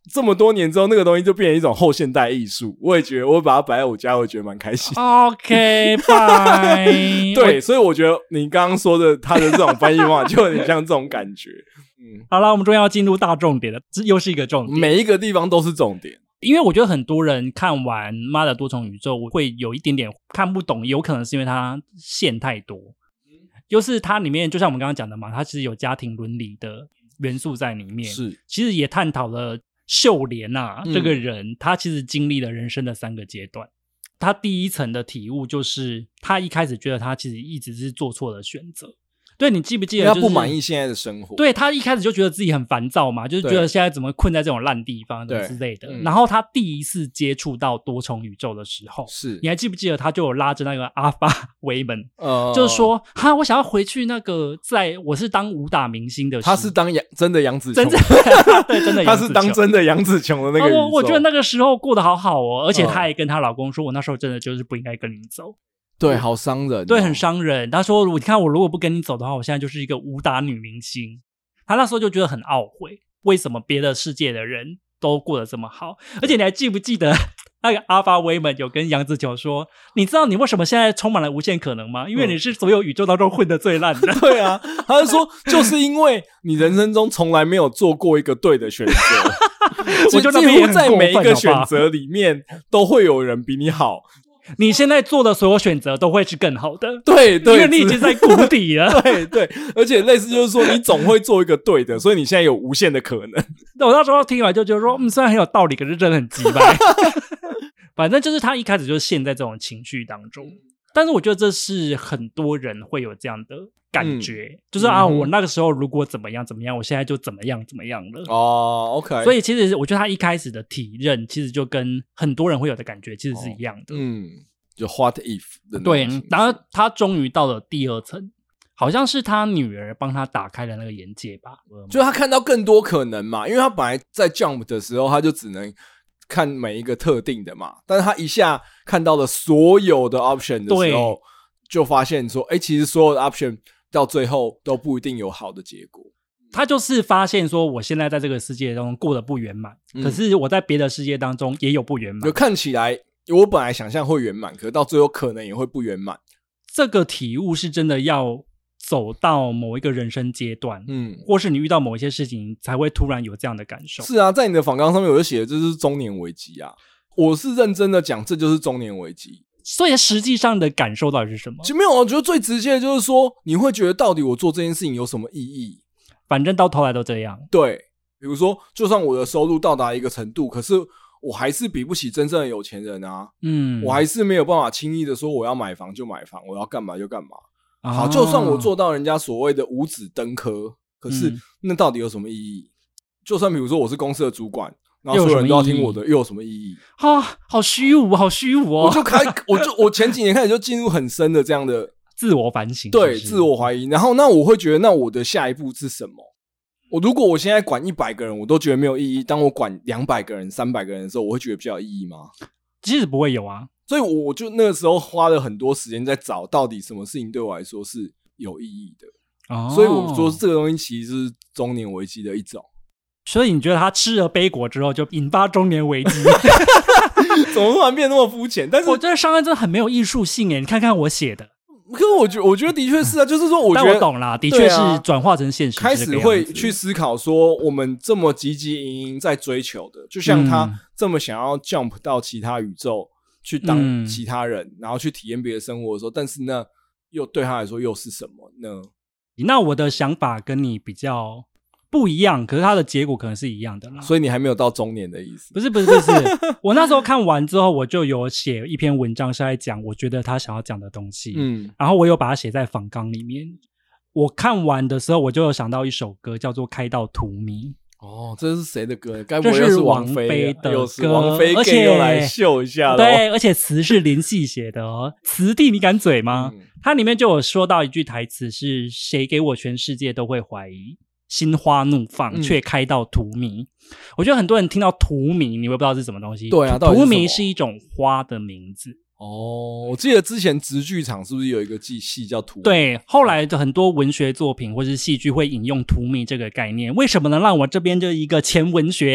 这么多年之后，那个东西就变成一种后现代艺术。我也觉得，我把它摆在我家，我觉得蛮开心。 OK， 拜。 对，所以我觉得你刚刚说的他的这种翻译方法，就有点像这种感觉。嗯， 好啦，我们终于要进入大重点了，这又是一个重点， 每一个地方都是重点。 因为我觉得很多人看完《妈的多重宇宙》会有一点点看不懂，有可能是因为它线太多，就是它里面就像我们刚刚讲的嘛，它其实有家庭伦理的元素在里面， 是， 其实也探讨了秀莲啊、 嗯、 这个人，他其实经历了人生的三个阶段。他第一层的体悟就是他一开始觉得他其实一直是做错了选择。对，你记不记得、就是、 他不满意现在的生活， 对，他一开始就觉得自己很烦躁嘛，就是觉得现在怎么困在这种烂地方之类的、嗯、然后他第一次接触到多重宇宙的时候， 是你还记不记得他就有拉着那个阿发维门、 呃、 就是说哈，我想要回去那个在我是当武打明星的时候， 他是当杨真的杨紫琼， 对，真的他是当真的杨紫琼的那个宇宙、 哦、我觉得那个时候过得好好哦，而且他也跟她老公说、呃、我那时候真的就是不应该跟你走。 对，好伤人、哦、 对，很伤人。他说你看我如果不跟你走的话，我现在就是一个武打女明星。他那时候就觉得很懊悔，为什么别的世界的人都过得这么好。而且你还记不记得那个阿发威门有跟杨紫琼说，你知道你为什么现在充满了无限可能吗？因为你是所有宇宙当中混得最烂的、 嗯、对啊，他就说就是因为你人生中从来没有做过一个对的选择我就几乎在每一个选择里面都会有人比你好， 你现在做的所有选择都会是更好的。 对对， 因为你已经在谷底了。 对对，而且类似就是说你总会做一个对的，所以你现在有无限的可能。 我那时候听完就觉得说嗯，虽然很有道理，可是真的很鸡掰。反正就是他一开始就陷在这种情绪当中，但是我觉得这是很多人会有这样的感觉、嗯、就是啊、嗯，我那个时候如果怎么样怎么样，我现在就怎么样怎么样了。 哦 OK， 所以其实我觉得他一开始的体认其实就跟很多人会有的感觉其实是一样的、 哦、嗯，就 what if 的。 对，然后他终于到了第二层，好像是他女儿帮他打开了那个眼界吧， 就他看到更多可能嘛，因为他本来在 jump 的时候他就只能看每一个特定的嘛，但是他一下看到了所有的 option 的时候，就发现说诶，其实所有的 option到最后都不一定有好的结果。 他就是发现说我现在在这个世界中过得不圆满、嗯、可是我在别的世界当中也有不圆满， 就看起来我本来想象会圆满，可是到最后可能也会不圆满。 这个体悟是真的要走到某一个人生阶段， 嗯， 或是你遇到某一些事情才会突然有这样的感受。 是啊，在你的访纲上面我就写的这就是中年危机啊，我是认真的讲这就是中年危机。 所以实际上的感受到底是什么？ 就没有，我觉得最直接的就是说你会觉得到底我做这件事情有什么意义， 反正到头来都这样。 对，比如说就算我的收入到达一个程度，可是我还是比不起真正的有钱人啊， 嗯， 我还是没有办法轻易的说我要买房就买房，我要干嘛就干嘛。好，就算我做到人家所谓的五子登科，可是那到底有什么意义？就算比如说我是公司的主管，然后所有人都要听我的，又有什么意义？ 啊，好虚无，好虚无哦！ 我就开，我就我前几年开始就进入很深的这样的自我反省， 对， 是是自我怀疑。然后那我会觉得，那我的下一步是什么？我如果我现在管一百个人，我都觉得没有意义。当我管两百个人、三百个人的时候，我会觉得比较有意义吗？ 其实不会有啊。 所以我就那个时候花了很多时间在找到底什么事情对我来说是有意义的。 哦， 所以我说这个东西其实是中年危机的一种。 所以你觉得他吃了杯果之后就引发中年危机？ 怎么突然变那么肤浅？但是我觉得上岸真的很没有艺术性耶，你看看我写的。 可是我觉得我觉得的确是啊，就是说我觉得但我懂啦，的确是转化成现实、啊、 开始会去思考说我们这么汲汲营营在追求的，就像他这么想要 jump 到其他宇宙去当其他人、嗯、然后去体验别的生活的时候，但是呢又对他来说又是什么呢？ 那我的想法跟你比较不一样，可是他的结果可能是一样的啦。 所以你还没有到中年的意思？ 不是不是不是我那时候看完之后我就有写一篇文章是在讲我觉得他想要讲的东西，嗯，然后我有把它写在访纲里面。我看完的时候我就有想到一首歌叫做《开到荼蘼》。 哦，这是谁的歌？该不会又是王菲的歌？ 又是王菲，而且又来秀一下咯。 对，而且词是林夕写的哦。词帝你敢嘴吗、嗯、它里面就有说到一句台词是谁给我全世界都会怀疑，心花怒放、嗯、却开到荼蘼。我觉得很多人听到荼蘼你会不知道是什么东西。 对啊， 荼蘼是一种花的名字。 哦，我记得之前直剧场是不是有一个戏叫荼蘼？ 对，后来的很多文学作品或是戏剧会引用荼蘼这个概念。为什么呢？让我这边就一个前文学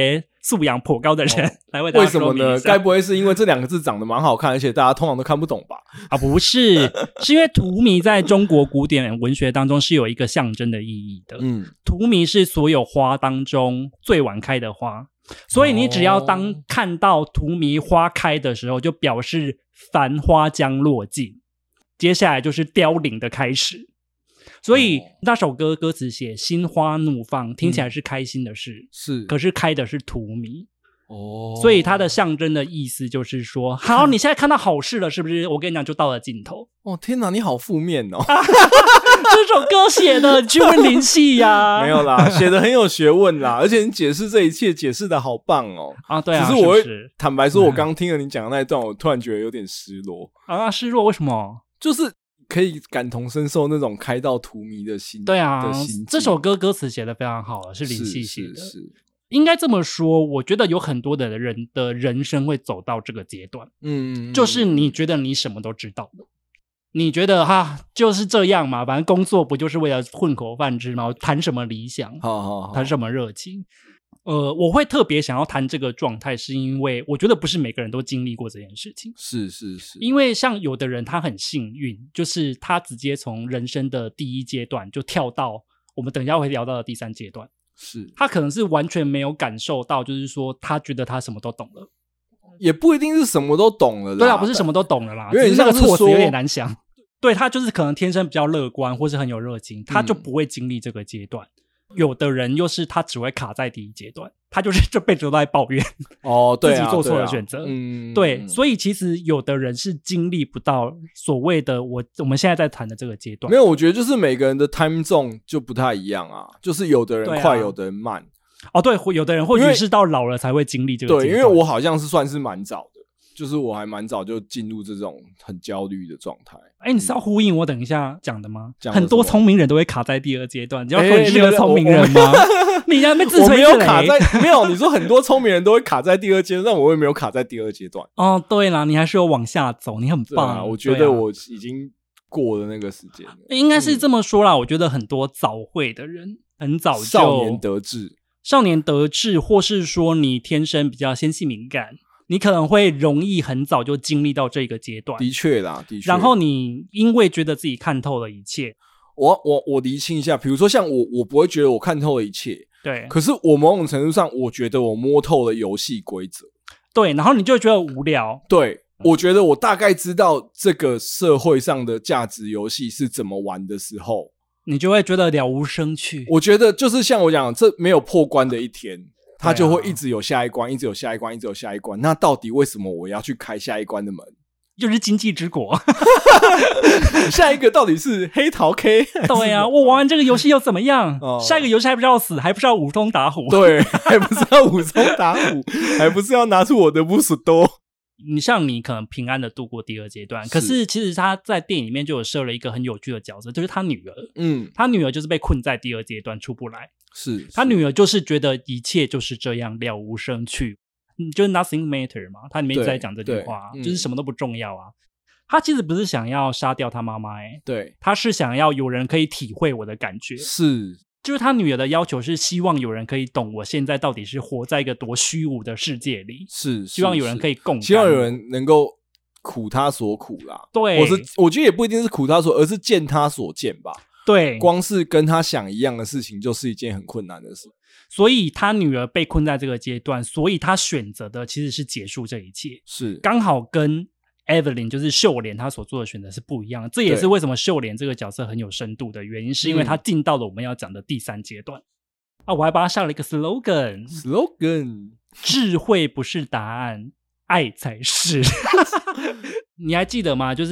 素养颇高的人、哦、来为大家说明一下。 为什么呢？该不会是因为这两个字长得蛮好看，而且大家通常都看不懂吧？ 啊，不是，是因为荼蘼在中国古典文学当中是有一个象征的意义的。嗯，荼蘼是所有花当中最晚开的花，所以你只要当看到荼蘼花开的时候，就表示繁花将落尽，接下来就是凋零的开始。所以、哦、那首歌歌词写心花怒放，听起来是开心的事、嗯、是，可是开的是荼蘼哦，所以它的象征的意思就是说，好，你现在看到好事了是不是？我跟你讲就到了尽头。 哦，天哪，你好负面哦这首歌写的你去问林夕呀没有啦，写的很有学问啦，而且你解释这一切解释的好棒哦。 啊，对啊， 只是我会是是坦白说，我刚听了你讲的那一段、嗯、我突然觉得有点失落啊。失落为什么？ 就是可以感同身受那种开到荼蘼的心。 对啊，这首歌歌词写的非常好，是林夕写的。是是是，应该这么说，我觉得有很多的人的人生会走到这个阶段，嗯，就是你觉得你什么都知道了，你觉得哈就是这样嘛，反正工作不就是为了混口饭吃吗？谈什么理想，好好好，谈什么热情。呃，我会特别想要谈这个状态，是因为我觉得不是每个人都经历过这件事情。 是是是， 因为像有的人他很幸运，就是他直接从人生的第一阶段就跳到我们等一下会聊到的第三阶段。是，他可能是完全没有感受到，就是说他觉得他什么都懂了， 也不一定是什么都懂了啦。 对啊，不是什么都懂了啦，因为那个措辞有点难想。对，他就是可能天生比较乐观，或是很有热情，他就不会经历这个阶段。嗯，有的人又是他只会卡在第一阶段，他就是这辈子都在抱怨哦，对啊， 自己做错了选择，嗯，对，所以其实有的人是经历不到所谓的我我们现在在谈的这个阶段。 没有，我觉得就是每个人的 time zone 就不太一样啊，就是有的人快，啊、有的人慢。 哦，对，有的人或许是到老了才会经历这个阶段。 对，因为我好像是算是蛮早的。就是我还蛮早就进入这种很焦虑的状态。 哎，你是要呼应我等一下讲的吗？很多聪明人都会卡在第二阶段，你要说你是个聪明人吗？你在那边自吹自擂。 我没有卡在，没有。你说很多聪明人都会卡在第二阶段，但我也没有卡在第二阶段。 哦，对啦，你还是有往下走，你很棒。 啊、我觉得我已经过了那个时间了。 应该是这么说啦，我觉得很多早会的人很早就少年得志， 少年得志，或是说你天生比较纤细敏感。你可能会容易很早就经历到这个阶段， 的确啦，的确。 然后你因为觉得自己看透了一切， 我我我厘清一下，比如说像我，我不会觉得我看透了一切， 对。 可是我某种程度上，我觉得我摸透了游戏规则， 对。然后你就觉得无聊， 对。我觉得我大概知道这个社会上的价值游戏是怎么玩的时候， 你就会觉得了无生趣。 我觉得就是像我讲，这没有破关的一天。他就会一直有下一关、啊、一直有下一关一直有下一关，那到底为什么我要去开下一关的门？ 就是经济之国下一个到底是黑桃 K？ 对啊，我玩完这个游戏又怎么样、哦、下一个游戏还不是要死，还不是要舞松打虎？ 对，还不是要舞松打虎还不是要拿出我的不死多。 你像你可能平安的度过第二阶段，可是其实他在电影里面就有设了一个很有趣的角色，就是他女儿。嗯，他女儿就是被困在第二阶段出不来， 是他女儿就是觉得一切就是这样了无生趣，就是 nothing matter 嘛，他里面一直在讲这句话、嗯、就是什么都不重要啊。他其实不是想要杀掉他妈妈，欸，对，他是想要有人可以体会我的感觉， 是。 就是他女儿的要求是希望有人可以懂我现在到底是活在一个多虚无的世界里， 是， 希望有人可以共感， 希望有人能够苦他所苦啦。 对， 我是我觉得也不一定是苦他所，而是见他所见吧。 对， 光是跟他想一样的事情就是一件很困难的事。 所以他女儿被困在这个阶段，所以他选择的其实是结束这一切，是刚好跟Evelyn 就是秀莲她所做的选择是不一样的，这也是为什么秀莲这个角色很有深度的原因，是因为她进到了我们要讲的第三阶段、嗯、啊！我还帮她下了一个 slogan slogan 智慧不是答案，爱才是你还记得吗？就是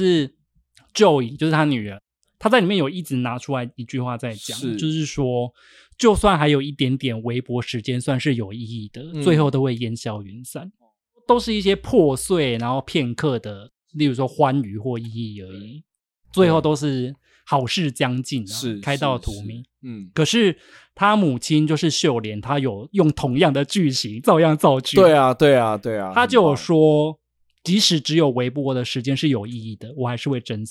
Joey 就是她女儿，她在里面有一直拿出来一句话在讲，是就是说就算还有一点点微薄时间算是有意义的、嗯、最后都会烟消云散，都是一些破碎然后片刻的例如说欢愉或意义而已，最后都是好事将近、啊、是开到荼蘼。嗯，可是他母亲就是秀莲，她有用同样的句型照样造句。 对啊对啊对啊， 她就有说即使只有微薄的时间是有意义的，我还是会珍惜。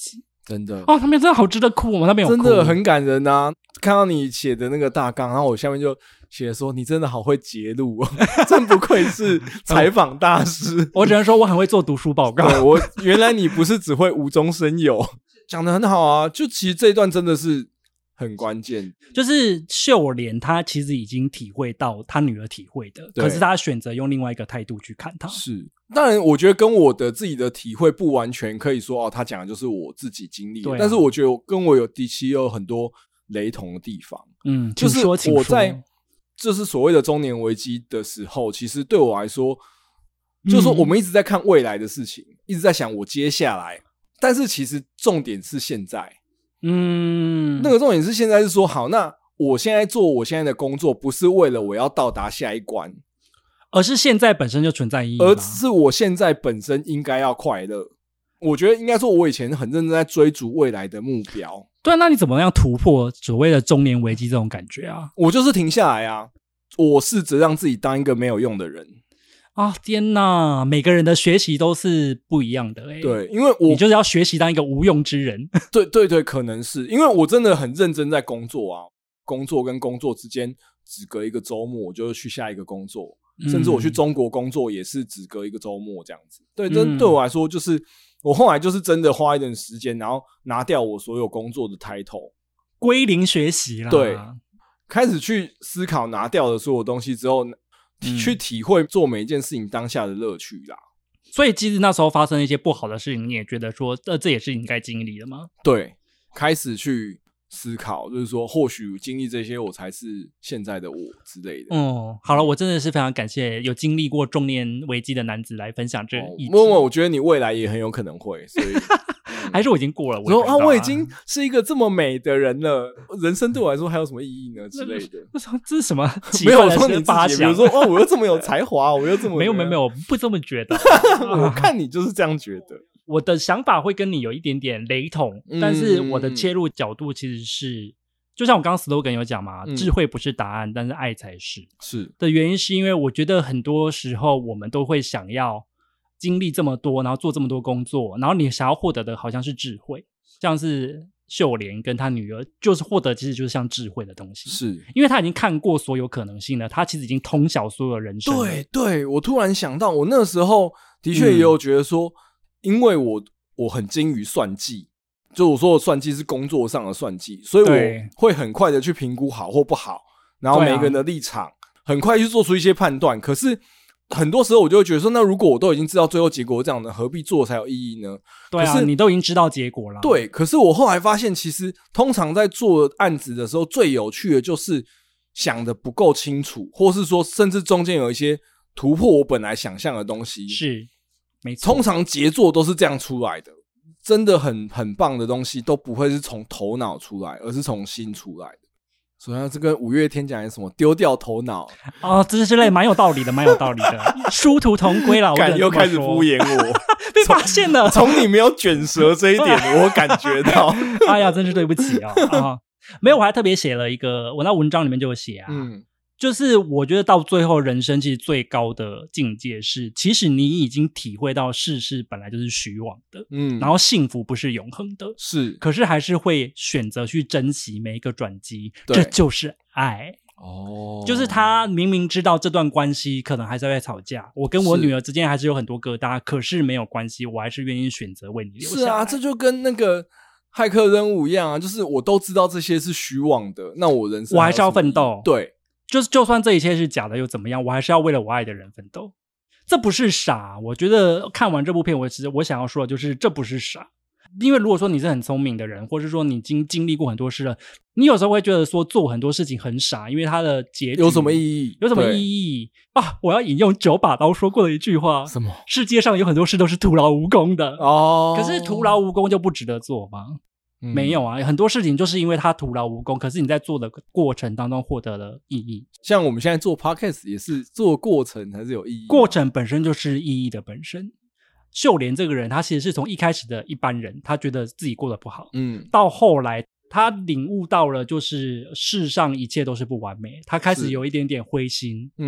真的哦，他们真的好值得哭，我们那边有哭， 真的很感人啊！看到你写的那个大纲，然后我下面就写说你真的好会截录哦，真不愧是采访大师。 我只能说我很会做读书报告。 对，我原来你不是只会无中生有，讲得很好啊！就其实这一段真的是很关键， 就是秀莲她其实已经体会到她女儿体会的，可是她选择用另外一个态度去看她。 是，当然我觉得跟我的自己的体会不完全可以说哦，他讲的就是我自己经历的、啊、但是我觉得跟我有的确有很多雷同的地方。 嗯， 就是我在就是所谓的中年危机的时候，其实对我来说就是说我们一直在看未来的事情、嗯、一直在想我接下来，但是其实重点是现在。嗯，那个重点是现在是说好，那我现在做我现在的工作不是为了我要到达下一关， 而是现在本身就存在意义， 而是我现在本身应该要快乐。我觉得应该说我以前很认真在追逐未来的目标。 对，那你怎么样突破所谓的中年危机这种感觉啊？ 我就是停下来啊，我试着让自己当一个没有用的人啊！天哪，每个人的学习都是不一样的、欸、 对，因为我你就是要学习当一个无用之人。 对对对，可能是因为我真的很认真在工作啊，工作跟工作之间只隔一个周末我就去下一个工作、嗯、甚至我去中国工作也是只隔一个周末这样子。对，真对我来说就是我后来就是真的花一点时间，然后拿掉我所有工作的 title， 归零学习啦。 对，开始去思考拿掉的所有东西之后、嗯、去体会做每一件事情当下的乐趣啦。 所以其实那时候发生一些不好的事情，你也觉得说这这也是你该经历的吗？ 对，开始去思考，就是说或许经历这些我才是现在的我之类的。 嗯，好了，我真的是非常感谢有经历过中年危机的男子来分享这一集。 默默、哦、我觉得你未来也很有可能会，所以还是我已经过了。我说啊，我已经是一个这么美的人了，人生对我来说还有什么意义呢之类的。 这是什么没有说你自己，比如说哦，我又这么有才华，我又这么没有没有没有，我不这么觉得。 我看你就是这样觉得。 我的想法会跟你有一点点雷同，但是我的切入角度其实是，就像我刚刚 slogan 有讲嘛、嗯，智慧不是答案，但是爱才是。是的原因是因为我觉得很多时候我们都会想要经历这么多，然后做这么多工作，然后你想要获得的好像是智慧，像是秀莲跟她女儿就是获得其实就是像智慧的东西，是因为她已经看过所有可能性了，她其实已经通晓所有人生了。 对对，我突然想到我那时候的确也有觉得说、嗯、因为我我很精于算计，就我说的算计是工作上的算计，所以我会很快的去评估好或不好，然后每个人的立场、啊、很快去做出一些判断。可是很多时候我就会觉得说，那如果我都已经知道最后结果这样的，何必做才有意义呢？ 对啊，可是你都已经知道结果了。 对，可是我后来发现其实通常在做案子的时候最有趣的就是想的不够清楚，或是说甚至中间有一些突破我本来想象的东西。是，没错，通常杰作都是这样出来的，真的很很棒的东西都不会是从头脑出来，而是从心出来的。所以这跟五月天讲的什么丢掉头脑哦，这之类蛮有道理的，蛮有道理的，殊途同归啦。 感又开始敷衍我， 被发现了。 从你没有卷舌这一点，我感觉到， 哎呀，真是对不起啊、哦哦！没有，我还特别写了一个，我那文章里面就有写啊。嗯，就是我觉得到最后人生其实最高的境界是，其实你已经体会到世事本来就是虚妄的，嗯，然后幸福不是永恒的，是，可是还是会选择去珍惜每一个转机，这就是爱。哦，就是他明明知道这段关系可能还是会吵架，我跟我女儿之间还是有很多疙瘩，可是没有关系，我还是愿意选择为你留下来。 是啊，这就跟那个骇客任务一样啊，就是我都知道这些是虚妄的，那我人生我还是要奋斗。 对。 就是就算这一切是假的又怎么样，我还是要为了我爱的人奋斗。这不是傻，我觉得看完这部片我其实我想要说的就是这不是傻。因为如果说你是很聪明的人，或是说你已经经历过很多事了，你有时候会觉得说做很多事情很傻，因为它的结局有什么意义？ 有什么意义啊？我要引用九把刀说过的一句话： 什么？ 世界上有很多事都是徒劳无功的哦。可是徒劳无功就不值得做吗？嗯、没有啊，很多事情就是因为它徒劳无功，可是你在做的过程当中获得了意义。 像我们现在做 podcast 也是做过程才是有意义， 过程本身就是意义的本身。秀莲这个人，他其实是从一开始的一般人，他觉得自己过得不好，嗯，到后来他领悟到了，就是世上一切都是不完美，他开始有一点点灰心，嗯，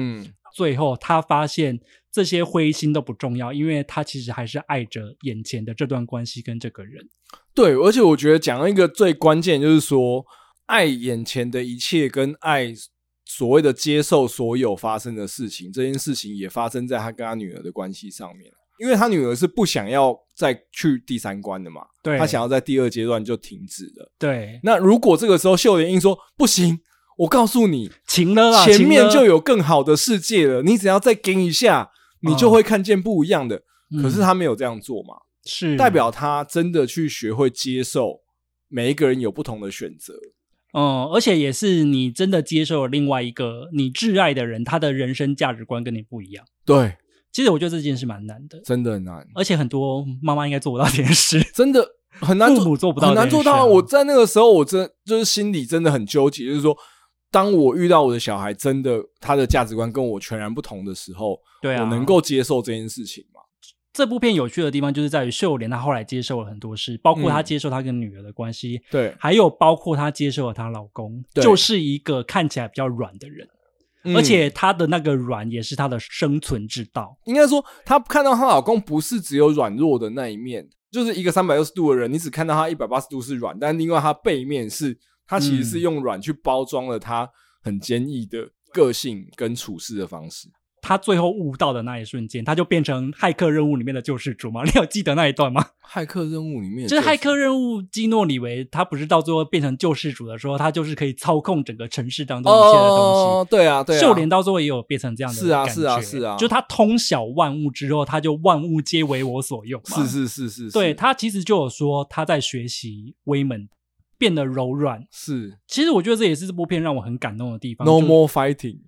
最后他发现这些灰心都不重要，因为他其实还是爱着眼前的这段关系跟这个人。 对，而且我觉得讲一个最关键就是说，爱眼前的一切跟爱所谓的接受所有发生的事情，这件事情也发生在他跟他女儿的关系上面。因为他女儿是不想要再去第三关的嘛，对，他想要在第二阶段就停止了。 对， 那如果这个时候秀莲英说不行，我告诉你， 晴了啦， 前面就有更好的世界了，你只要再给一下，你就会看见不一样的。嗯、可是他没有这样做嘛， 是代表他真的去学会接受每一个人有不同的选择。 嗯，而且也是你真的接受了另外一个你挚爱的人，他的人生价值观跟你不一样。 对。 其实我觉得这件事蛮难的， 真的很难， 而且很多妈妈应该做不到这件事， 真的很难做， 父母做不到、啊， 很难做到。我在那个时候，我真就是心里真的很纠结，就是说，当我遇到我的小孩，真的他的价值观跟我全然不同的时候，对啊，我能够接受这件事情吗？ 这部片有趣的地方就是在于秀莲她后来接受了很多事，包括她接受她跟女儿的关系，对、嗯，还有包括她接受了她老公，就是一个看起来比较软的人。而且她的那个软也是她的生存之道。 应该说她看到她老公不是只有软弱的那一面，就是一个三百六十度的人，你只看到他一百八十度是软，但另外他背面是他其实是用软去包装了他很坚毅的个性跟处事的方式。 他最后悟到的那一瞬间，他就变成骇客任务里面的救世主吗？你有记得那一段吗？ 骇客任务里面就是骇客任务基诺里维他不是到最后变成救世主的时候，他就是可以操控整个城市当中一切的东西。 哦，对啊对啊， 秀莲到最后也有变成这样的感觉。 是啊是啊是啊， 就他通晓万物之后，他就万物皆为我所用嘛。 是是是 是, 是， 对，他其实就有说他在学习威猛，变得柔软。 是， 其实我觉得这也是这部片让我很感动的地方。 No more fighting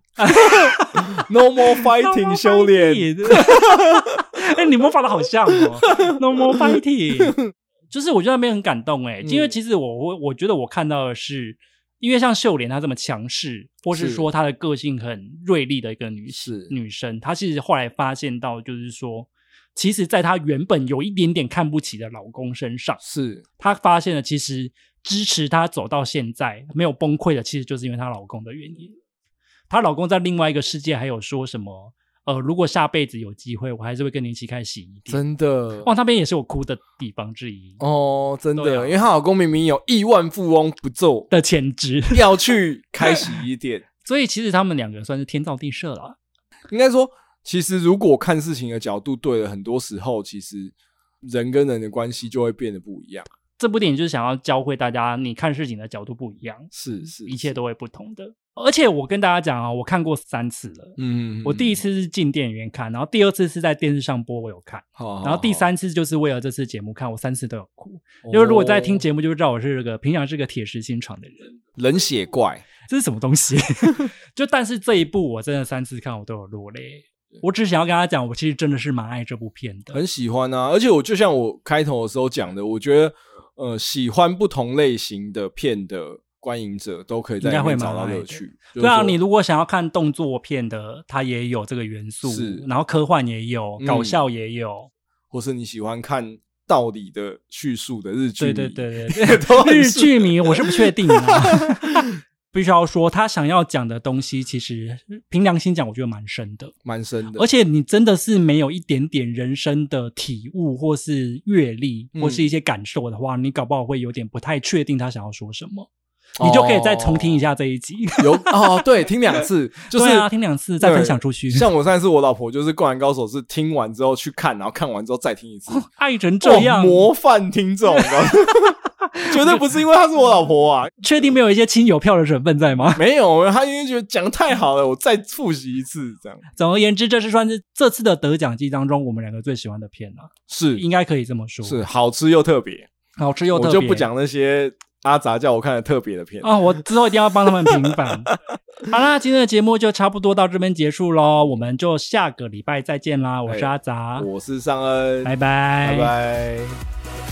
No more fighting 修炼哎、欸，你模仿的好像哦No more fighting 就是我觉得那边很感动哎、欸嗯，因为其实我我我觉得我看到的是，因为像秀莲她这么强势，或是说她的个性很锐利的一个女女生，她其实后来发现到就是说，其实在她原本有一点点看不起的老公身上，是她发现了其实支持她走到现在没有崩溃的，其实就是因为她老公的原因。她老公在另外一个世界还有说什么呃，如果下辈子有机会，我还是会跟你一起开洗衣店。真的哇，那边也是我哭的地方之一哦，真的、啊、因为她老公明明有亿万富翁不做的潜质， 要去开洗衣店所以其实他们两个算是天造地设了。 应该说其实如果看事情的角度对了，很多时候其实人跟人的关系就会变得不一样。 这部电影就是想要教会大家，你看事情的角度不一样， 是是， 一切都会不同的。而且我跟大家讲啊，我看过三次了。嗯，我第一次是进电影院看，然后第二次是在电视上播，我有看。好，然后第三次就是为了这次节目看，我三次都有哭。哦、因为如果在听节目，就知道我是这个平常是个铁石心肠的人， 冷血怪， 这是什么东西？就但是这一部我真的三次看，我都有落泪。我只想要跟他讲，我其实真的是蛮爱这部片的， 很喜欢啊。而且我就像我开头的时候讲的，我觉得呃，喜欢不同类型的片的观影者都可以在里面找到乐趣。 对啊，你如果想要看动作片的，它也有这个元素，是，然后科幻也有，搞笑也有，嗯、 或是你喜欢看道理的叙述的日剧迷， 对对对对，日剧迷我是不确定啊。必须要说他想要讲的东西其实凭良心讲我觉得蛮深的蛮深的， 而且你真的是没有一点点人生的体悟或是阅历或是一些感受的话、嗯、你搞不好会有点不太确定他想要说什么、哦、你就可以再重听一下这一集。 有哦，对，听两次就是对啊，听两次再分享出去。 像我上一次我老婆就是灌篮高手是听完之后去看，然后看完之后再听一次、哦、 爱成这样、 哦、模范听众绝对不是因为她是我老婆啊。 确定没有一些亲友票的成分在吗？ 没有，她因为觉得讲得太好了，我再复习一次这样。 总而言之，这是算是这次的得奖季当中我们两个最喜欢的片啊， 是应该可以这么说， 是好吃又特别， 好吃又特别。 我就不讲那些阿杂叫我看的特别的片啊、哦，我之后一定要帮他们平反。好啦，今天的节目就差不多到这边结束咯，我们就下个礼拜再见啦。我是阿杂， 我是尚恩， 拜拜， 拜拜。